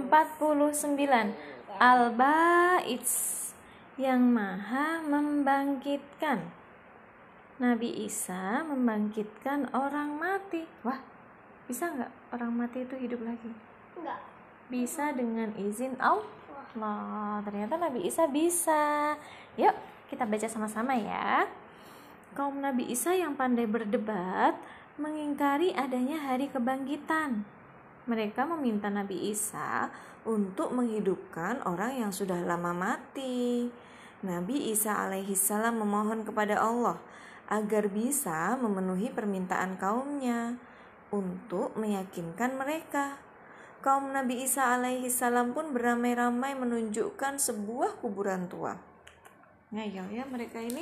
49. Al-Ba'its, yang maha membangkitkan. Nabi Isa membangkitkan orang mati. Wah, bisa nggak orang mati itu hidup lagi? Enggak. Bisa dengan izin Allah. Ternyata Nabi Isa bisa. Yuk kita baca sama-sama ya. Kaum Nabi Isa yang pandai berdebat mengingkari adanya hari kebangkitan. Mereka meminta Nabi Isa untuk menghidupkan orang yang sudah lama mati. Nabi Isa alaihissalam memohon kepada Allah agar bisa memenuhi permintaan kaumnya untuk meyakinkan mereka. Kaum Nabi Isa alaihissalam pun beramai-ramai menunjukkan sebuah kuburan tua. Ngayal ya mereka ini.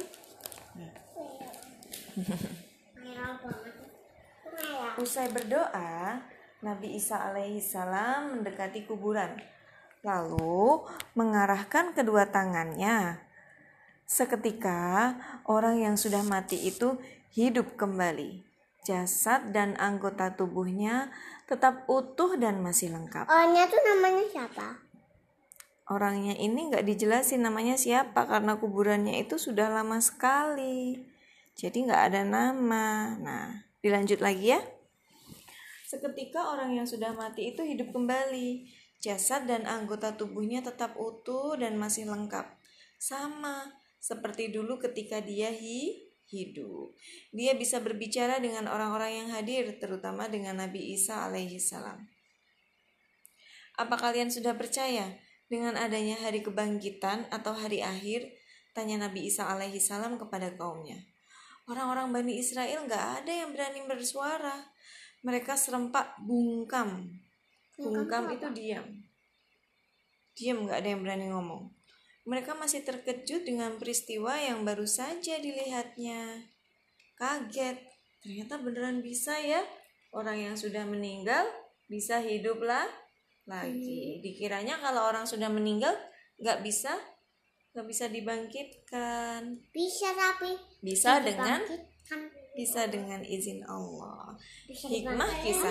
Usai berdoa, Nabi Isa alaihissalam mendekati kuburan, lalu mengarahkan kedua tangannya. Seketika orang yang sudah mati itu hidup kembali. Jasad dan anggota tubuhnya tetap utuh dan masih lengkap. Orangnya tuh namanya siapa? Orangnya ini gak dijelasin namanya siapa karena kuburannya itu sudah lama sekali. Jadi gak ada nama. Nah, dilanjut lagi ya. Seketika orang yang sudah mati itu hidup kembali. Jasad dan anggota tubuhnya tetap utuh dan masih lengkap. Sama seperti dulu ketika dia hidup. Dia bisa berbicara dengan orang-orang yang hadir, terutama dengan Nabi Isa alaihissalam. Apa kalian sudah percaya dengan adanya hari kebangkitan atau hari akhir? Tanya Nabi Isa alaihissalam kepada kaumnya. Orang-orang Bani Israel gak ada yang berani bersuara. Mereka serempak bungkam. Bungkam itu diam. Diam, gak ada yang berani ngomong. Mereka masih terkejut dengan peristiwa yang baru saja dilihatnya. Kaget, ternyata beneran bisa ya. Orang yang sudah meninggal bisa hidup lagi. Dikiranya kalau orang sudah meninggal gak bisa dibangkitkan. Bisa tapi Bisa dengan izin Allah. Hikmah kisah.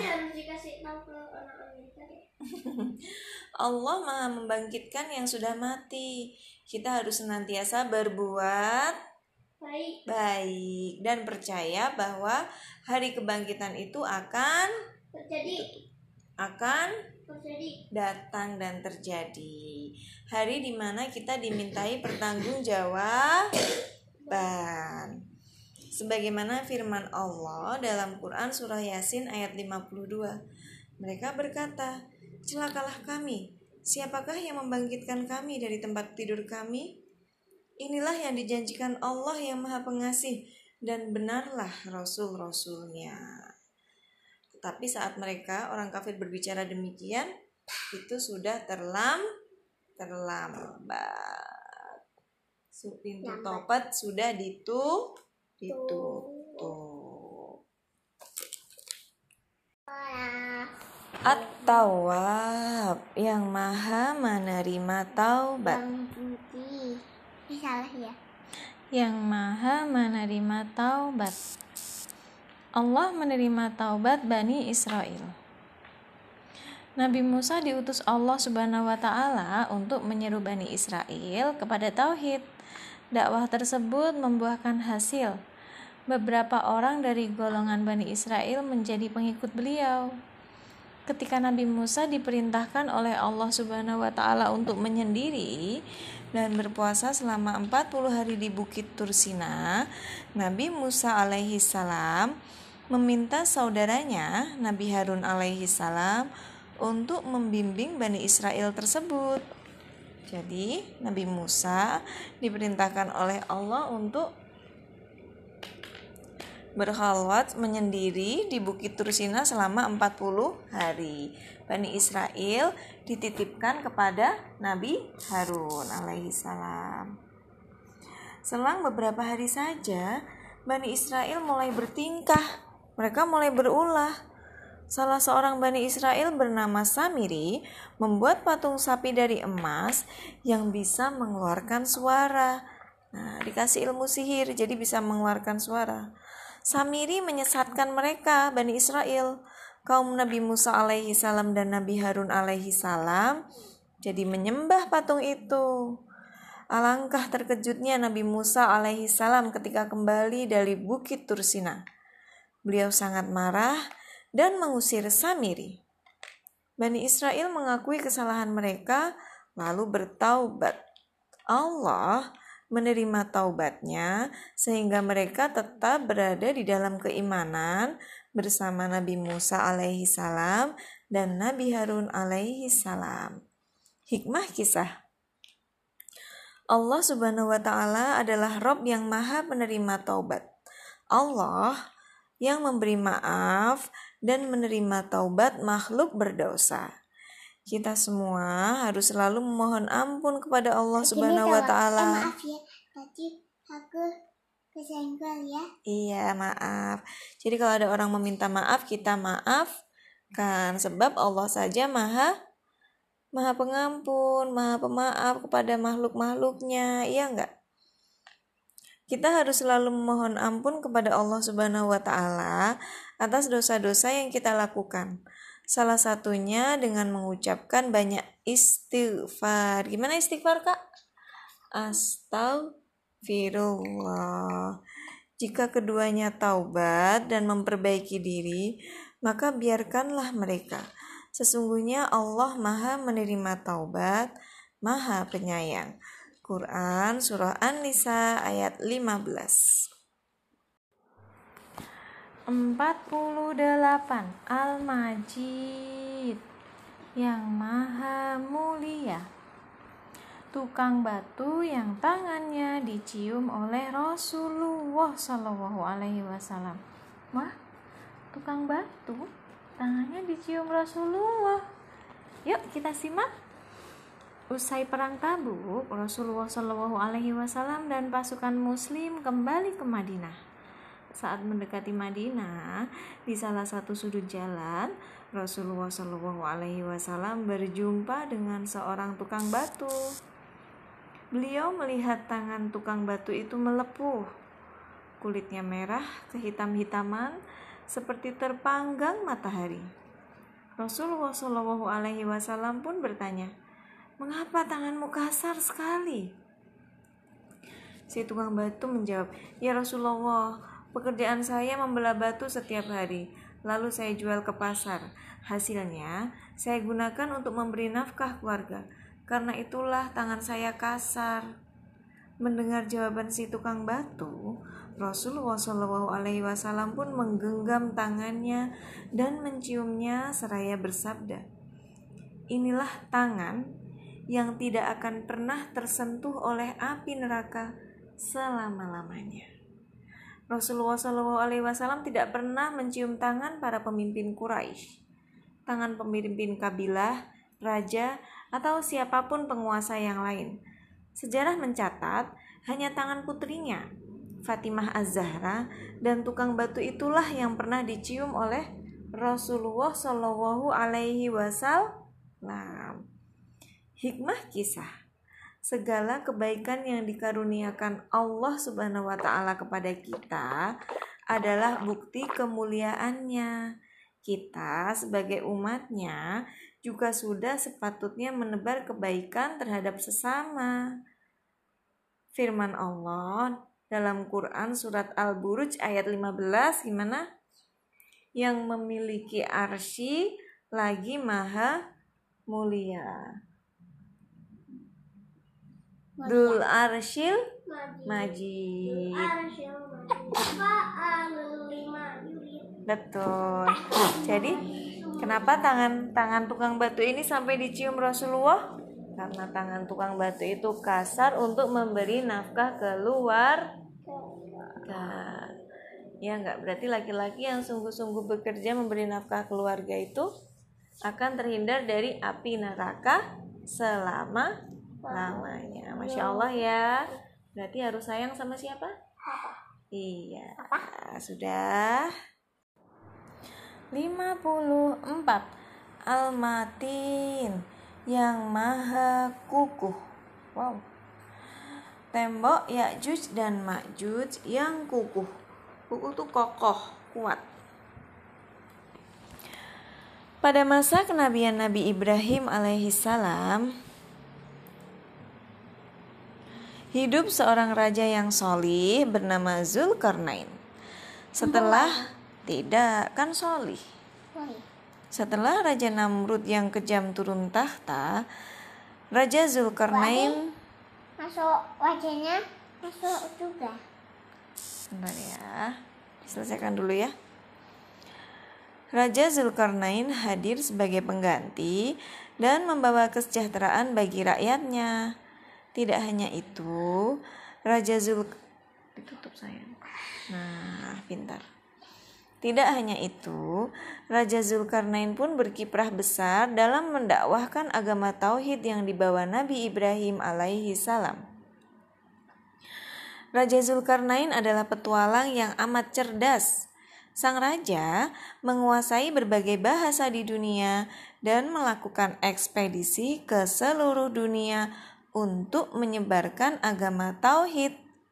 Allah Maha membangkitkan yang sudah mati. Kita harus senantiasa berbuat baik dan percaya bahwa hari kebangkitan itu akan datang dan terjadi. Hari di mana kita dimintai pertanggungjawaban. Sebagaimana firman Allah dalam Quran surah Yasin ayat 52. Mereka berkata, "Celakalah kami, siapakah yang membangkitkan kami dari tempat tidur kami? Inilah yang dijanjikan Allah yang Maha Pengasih, dan benarlah Rasul-Rasulnya." Tetapi saat mereka, orang kafir berbicara demikian, itu sudah terlambat. Pintu Taubat sudah ditutup. At-Tawwab, yang maha menerima taubat. Salah ya. Yang maha menerima taubat. Allah menerima taubat Bani Israel. Nabi Musa diutus Allah Subhanahu wa Ta'ala untuk menyeru Bani Israel kepada tauhid. Dakwah tersebut membuahkan hasil. Beberapa orang dari golongan Bani Israel menjadi pengikut beliau. Ketika Nabi Musa diperintahkan oleh Allah Subhanahu wa Ta'ala untuk menyendiri dan berpuasa selama 40 hari di Bukit Tursina, Nabi Musa alaihissalam meminta saudaranya Nabi Harun alaihissalam untuk membimbing Bani Israel tersebut. Jadi Nabi Musa diperintahkan oleh Allah untuk berkhalwat menyendiri di Bukit Tursina selama 40 hari. Bani Israel dititipkan kepada Nabi Harun alaihissalam. Selang beberapa hari saja, Bani Israel mulai bertingkah. Mereka mulai berulah. Salah seorang Bani Israel bernama Samiri membuat patung sapi dari emas yang bisa mengeluarkan suara. Nah, dikasih ilmu sihir jadi bisa mengeluarkan suara. Samiri menyesatkan mereka, Bani Israel. Kaum Nabi Musa alaihi salam dan Nabi Harun alaihi salam jadi menyembah patung itu. Alangkah terkejutnya Nabi Musa alaihi salam ketika kembali dari Bukit Tursina. Beliau sangat marah dan mengusir Samiri. Bani Israel mengakui kesalahan mereka lalu bertaubat. Allah menerima taubatnya sehingga mereka tetap berada di dalam keimanan bersama Nabi Musa alaihi salam dan Nabi Harun alaihi salam. Hikmah kisah. Allah Subhanahu wa taala adalah Rabb yang Maha penerima taubat. Allah yang memberi maaf dan menerima taubat makhluk berdosa. Kita semua harus selalu memohon ampun kepada Allah Subhanahu wa taala. Maaf ya, tadi aku kesenggol ya. Iya, maaf. Jadi kalau ada orang meminta maaf, kita maafkan sebab Allah saja Maha pengampun, Maha pemaaf kepada makhluk-makhluknya, iya enggak? Kita harus selalu memohon ampun kepada Allah Subhanahu wa taala atas dosa-dosa yang kita lakukan. Salah satunya dengan mengucapkan banyak istighfar. Gimana istighfar, Kak? Astagfirullah. Jika keduanya taubat dan memperbaiki diri, maka biarkanlah mereka. Sesungguhnya Allah Maha menerima taubat, Maha penyayang. Quran Surah An-Nisa ayat 15. 48. Al-Majid, yang Maha Mulia. Tukang batu yang tangannya dicium oleh Rasulullah SAW. Wah, tukang batu tangannya dicium Rasulullah. Yuk kita simak. Usai perang Tabuk, Rasulullah SAW dan pasukan Muslim kembali ke Madinah. Saat mendekati Madinah, di salah satu sudut jalan, Rasulullah SAW berjumpa dengan seorang tukang batu. Beliau melihat tangan tukang batu itu melepuh. Kulitnya merah kehitam-hitaman seperti terpanggang matahari. Rasulullah SAW pun bertanya, "Mengapa tanganmu kasar sekali?" Si tukang batu menjawab, "Ya Rasulullah, pekerjaan saya membelah batu setiap hari, lalu saya jual ke pasar. Hasilnya, saya gunakan untuk memberi nafkah keluarga. Karena itulah tangan saya kasar." Mendengar jawaban si tukang batu, Rasulullah SAW pun menggenggam tangannya dan menciumnya seraya bersabda, "Inilah tangan yang tidak akan pernah tersentuh oleh api neraka selama-lamanya." Rasulullah SAW tidak pernah mencium tangan para pemimpin Quraisy, tangan pemimpin kabilah, raja, atau siapapun penguasa yang lain. Sejarah mencatat hanya tangan putrinya, Fatimah Az-Zahra, dan tukang batu itulah yang pernah dicium oleh Rasulullah SAW. Hikmah kisah. Segala kebaikan yang dikaruniakan Allah Subhanahu wa taala kepada kita adalah bukti kemuliaannya. Kita sebagai umatnya juga sudah sepatutnya menebar kebaikan terhadap sesama. Firman Allah dalam Quran surat Al-Buruj ayat 15 gimana? Yang memiliki arsy lagi maha mulia. Dul arsyil majid. Betul. Jadi kenapa tangan tukang batu ini sampai dicium Rasulullah? Karena tangan tukang batu itu kasar untuk memberi nafkah keluarga. Ya enggak, berarti laki-laki yang sungguh-sungguh bekerja memberi nafkah keluarga itu akan terhindar dari api neraka selama-lamanya. Masya Allah ya. Berarti harus sayang sama siapa? Iya. Sudah. 54. Al-Matin, yang maha kukuh. Wow. Tembok Ya'juj dan Ma'juj yang kukuh. Kukuh itu kokoh, kuat. Pada masa kenabian Nabi Ibrahim alaihissalam, hidup seorang raja yang solih bernama Zulkarnain. Setelah Raja Namrud yang kejam turun tahta, Raja Zulkarnain masuk wajahnya masuk juga. Bentar ya, selesaikan dulu ya. Raja Zulkarnain hadir sebagai pengganti dan membawa kesejahteraan bagi rakyatnya. Tidak hanya itu, Tidak hanya itu, Raja Zulkarnain pun berkiprah besar dalam mendakwahkan agama tauhid yang dibawa Nabi Ibrahim alaihi salam. Raja Zulkarnain adalah petualang yang amat cerdas. Sang raja menguasai berbagai bahasa di dunia dan melakukan ekspedisi ke seluruh dunia untuk menyebarkan agama tauhid.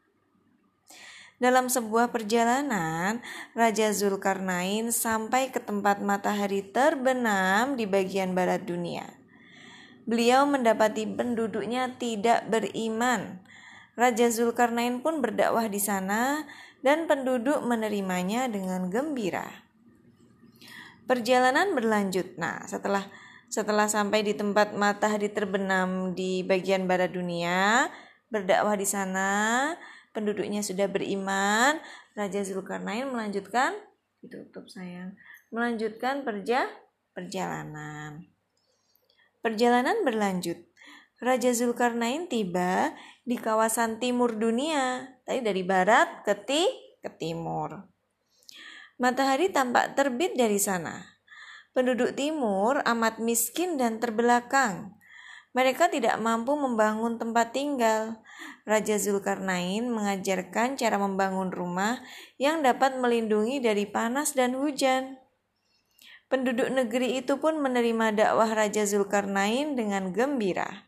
Dalam sebuah perjalanan, Raja Zulkarnain sampai ke tempat matahari terbenam di bagian barat dunia. Beliau mendapati penduduknya tidak beriman. Raja Zulkarnain pun berdakwah di sana dan penduduk menerimanya dengan gembira. Perjalanan berlanjut. Setelah sampai di tempat matahari terbenam di bagian barat dunia, berdakwah di sana, penduduknya sudah beriman, Raja Zulkarnain melanjutkan perjalanan. Perjalanan berlanjut. Raja Zulkarnain tiba di kawasan timur dunia, tadi dari barat ke timur. Matahari tampak terbit dari sana. Penduduk timur amat miskin dan terbelakang. Mereka tidak mampu membangun tempat tinggal. Raja Zulkarnain mengajarkan cara membangun rumah yang dapat melindungi dari panas dan hujan. Penduduk negeri itu pun menerima dakwah Raja Zulkarnain dengan gembira.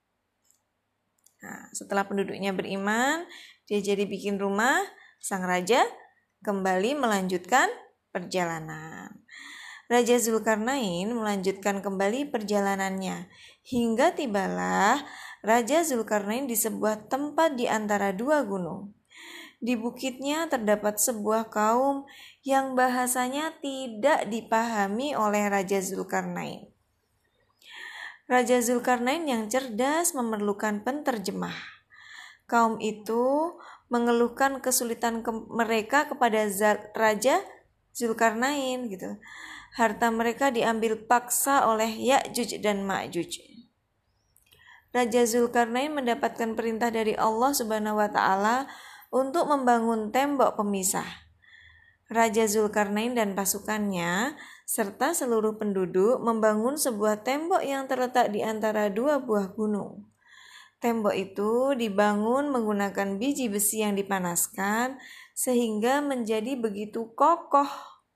Setelah penduduknya beriman, dia jadi bikin rumah, sang raja kembali melanjutkan perjalanan. Raja Zulkarnain melanjutkan kembali perjalanannya, hingga tibalah Raja Zulkarnain di sebuah tempat di antara dua gunung. Di bukitnya terdapat sebuah kaum yang bahasanya tidak dipahami oleh Raja Zulkarnain. Raja Zulkarnain yang cerdas memerlukan penterjemah. Kaum itu mengeluhkan kesulitan mereka kepada Raja Zulkarnain Harta mereka diambil paksa oleh Ya'juj dan Ma'juj. Raja Zulkarnain mendapatkan perintah dari Allah Subhanahu wa taala untuk membangun tembok pemisah. Raja Zulkarnain dan pasukannya serta seluruh penduduk membangun sebuah tembok yang terletak di antara dua buah gunung. Tembok itu dibangun menggunakan biji besi yang dipanaskan sehingga menjadi begitu kokoh.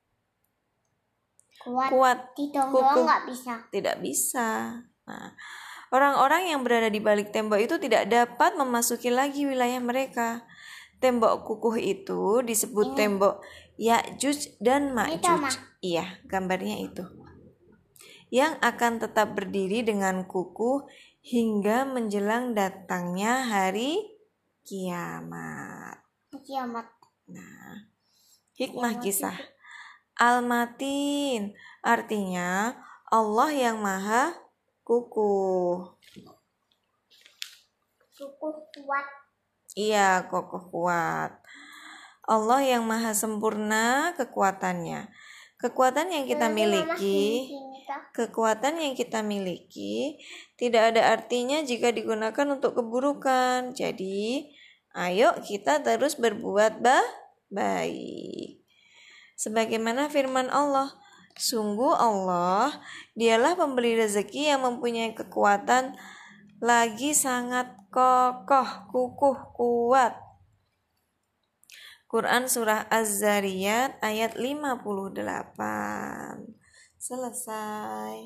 Kuat. Tidak bisa. Orang-orang yang berada di balik tembok itu tidak dapat memasuki lagi wilayah mereka. Tembok kukuh itu disebut tembok Ya'juj dan Ma'juj. Iya, gambarnya itu. Yang akan tetap berdiri dengan kukuh hingga menjelang datangnya hari kiamat. Hikmah kisah. Al-Matin artinya Allah yang maha kukuh. Kukuh kuat. Iya, kokoh kuat. Allah yang maha sempurna kekuatannya. Kekuatan yang kita miliki tidak ada artinya jika digunakan untuk keburukan. Jadi, ayo kita terus berbuat baik. Sebagaimana firman Allah, sungguh Allah, dialah pemberi rezeki yang mempunyai kekuatan lagi sangat kokoh, kukuh, kuat. Quran Surah Az-Zariyat ayat 58. Selesai.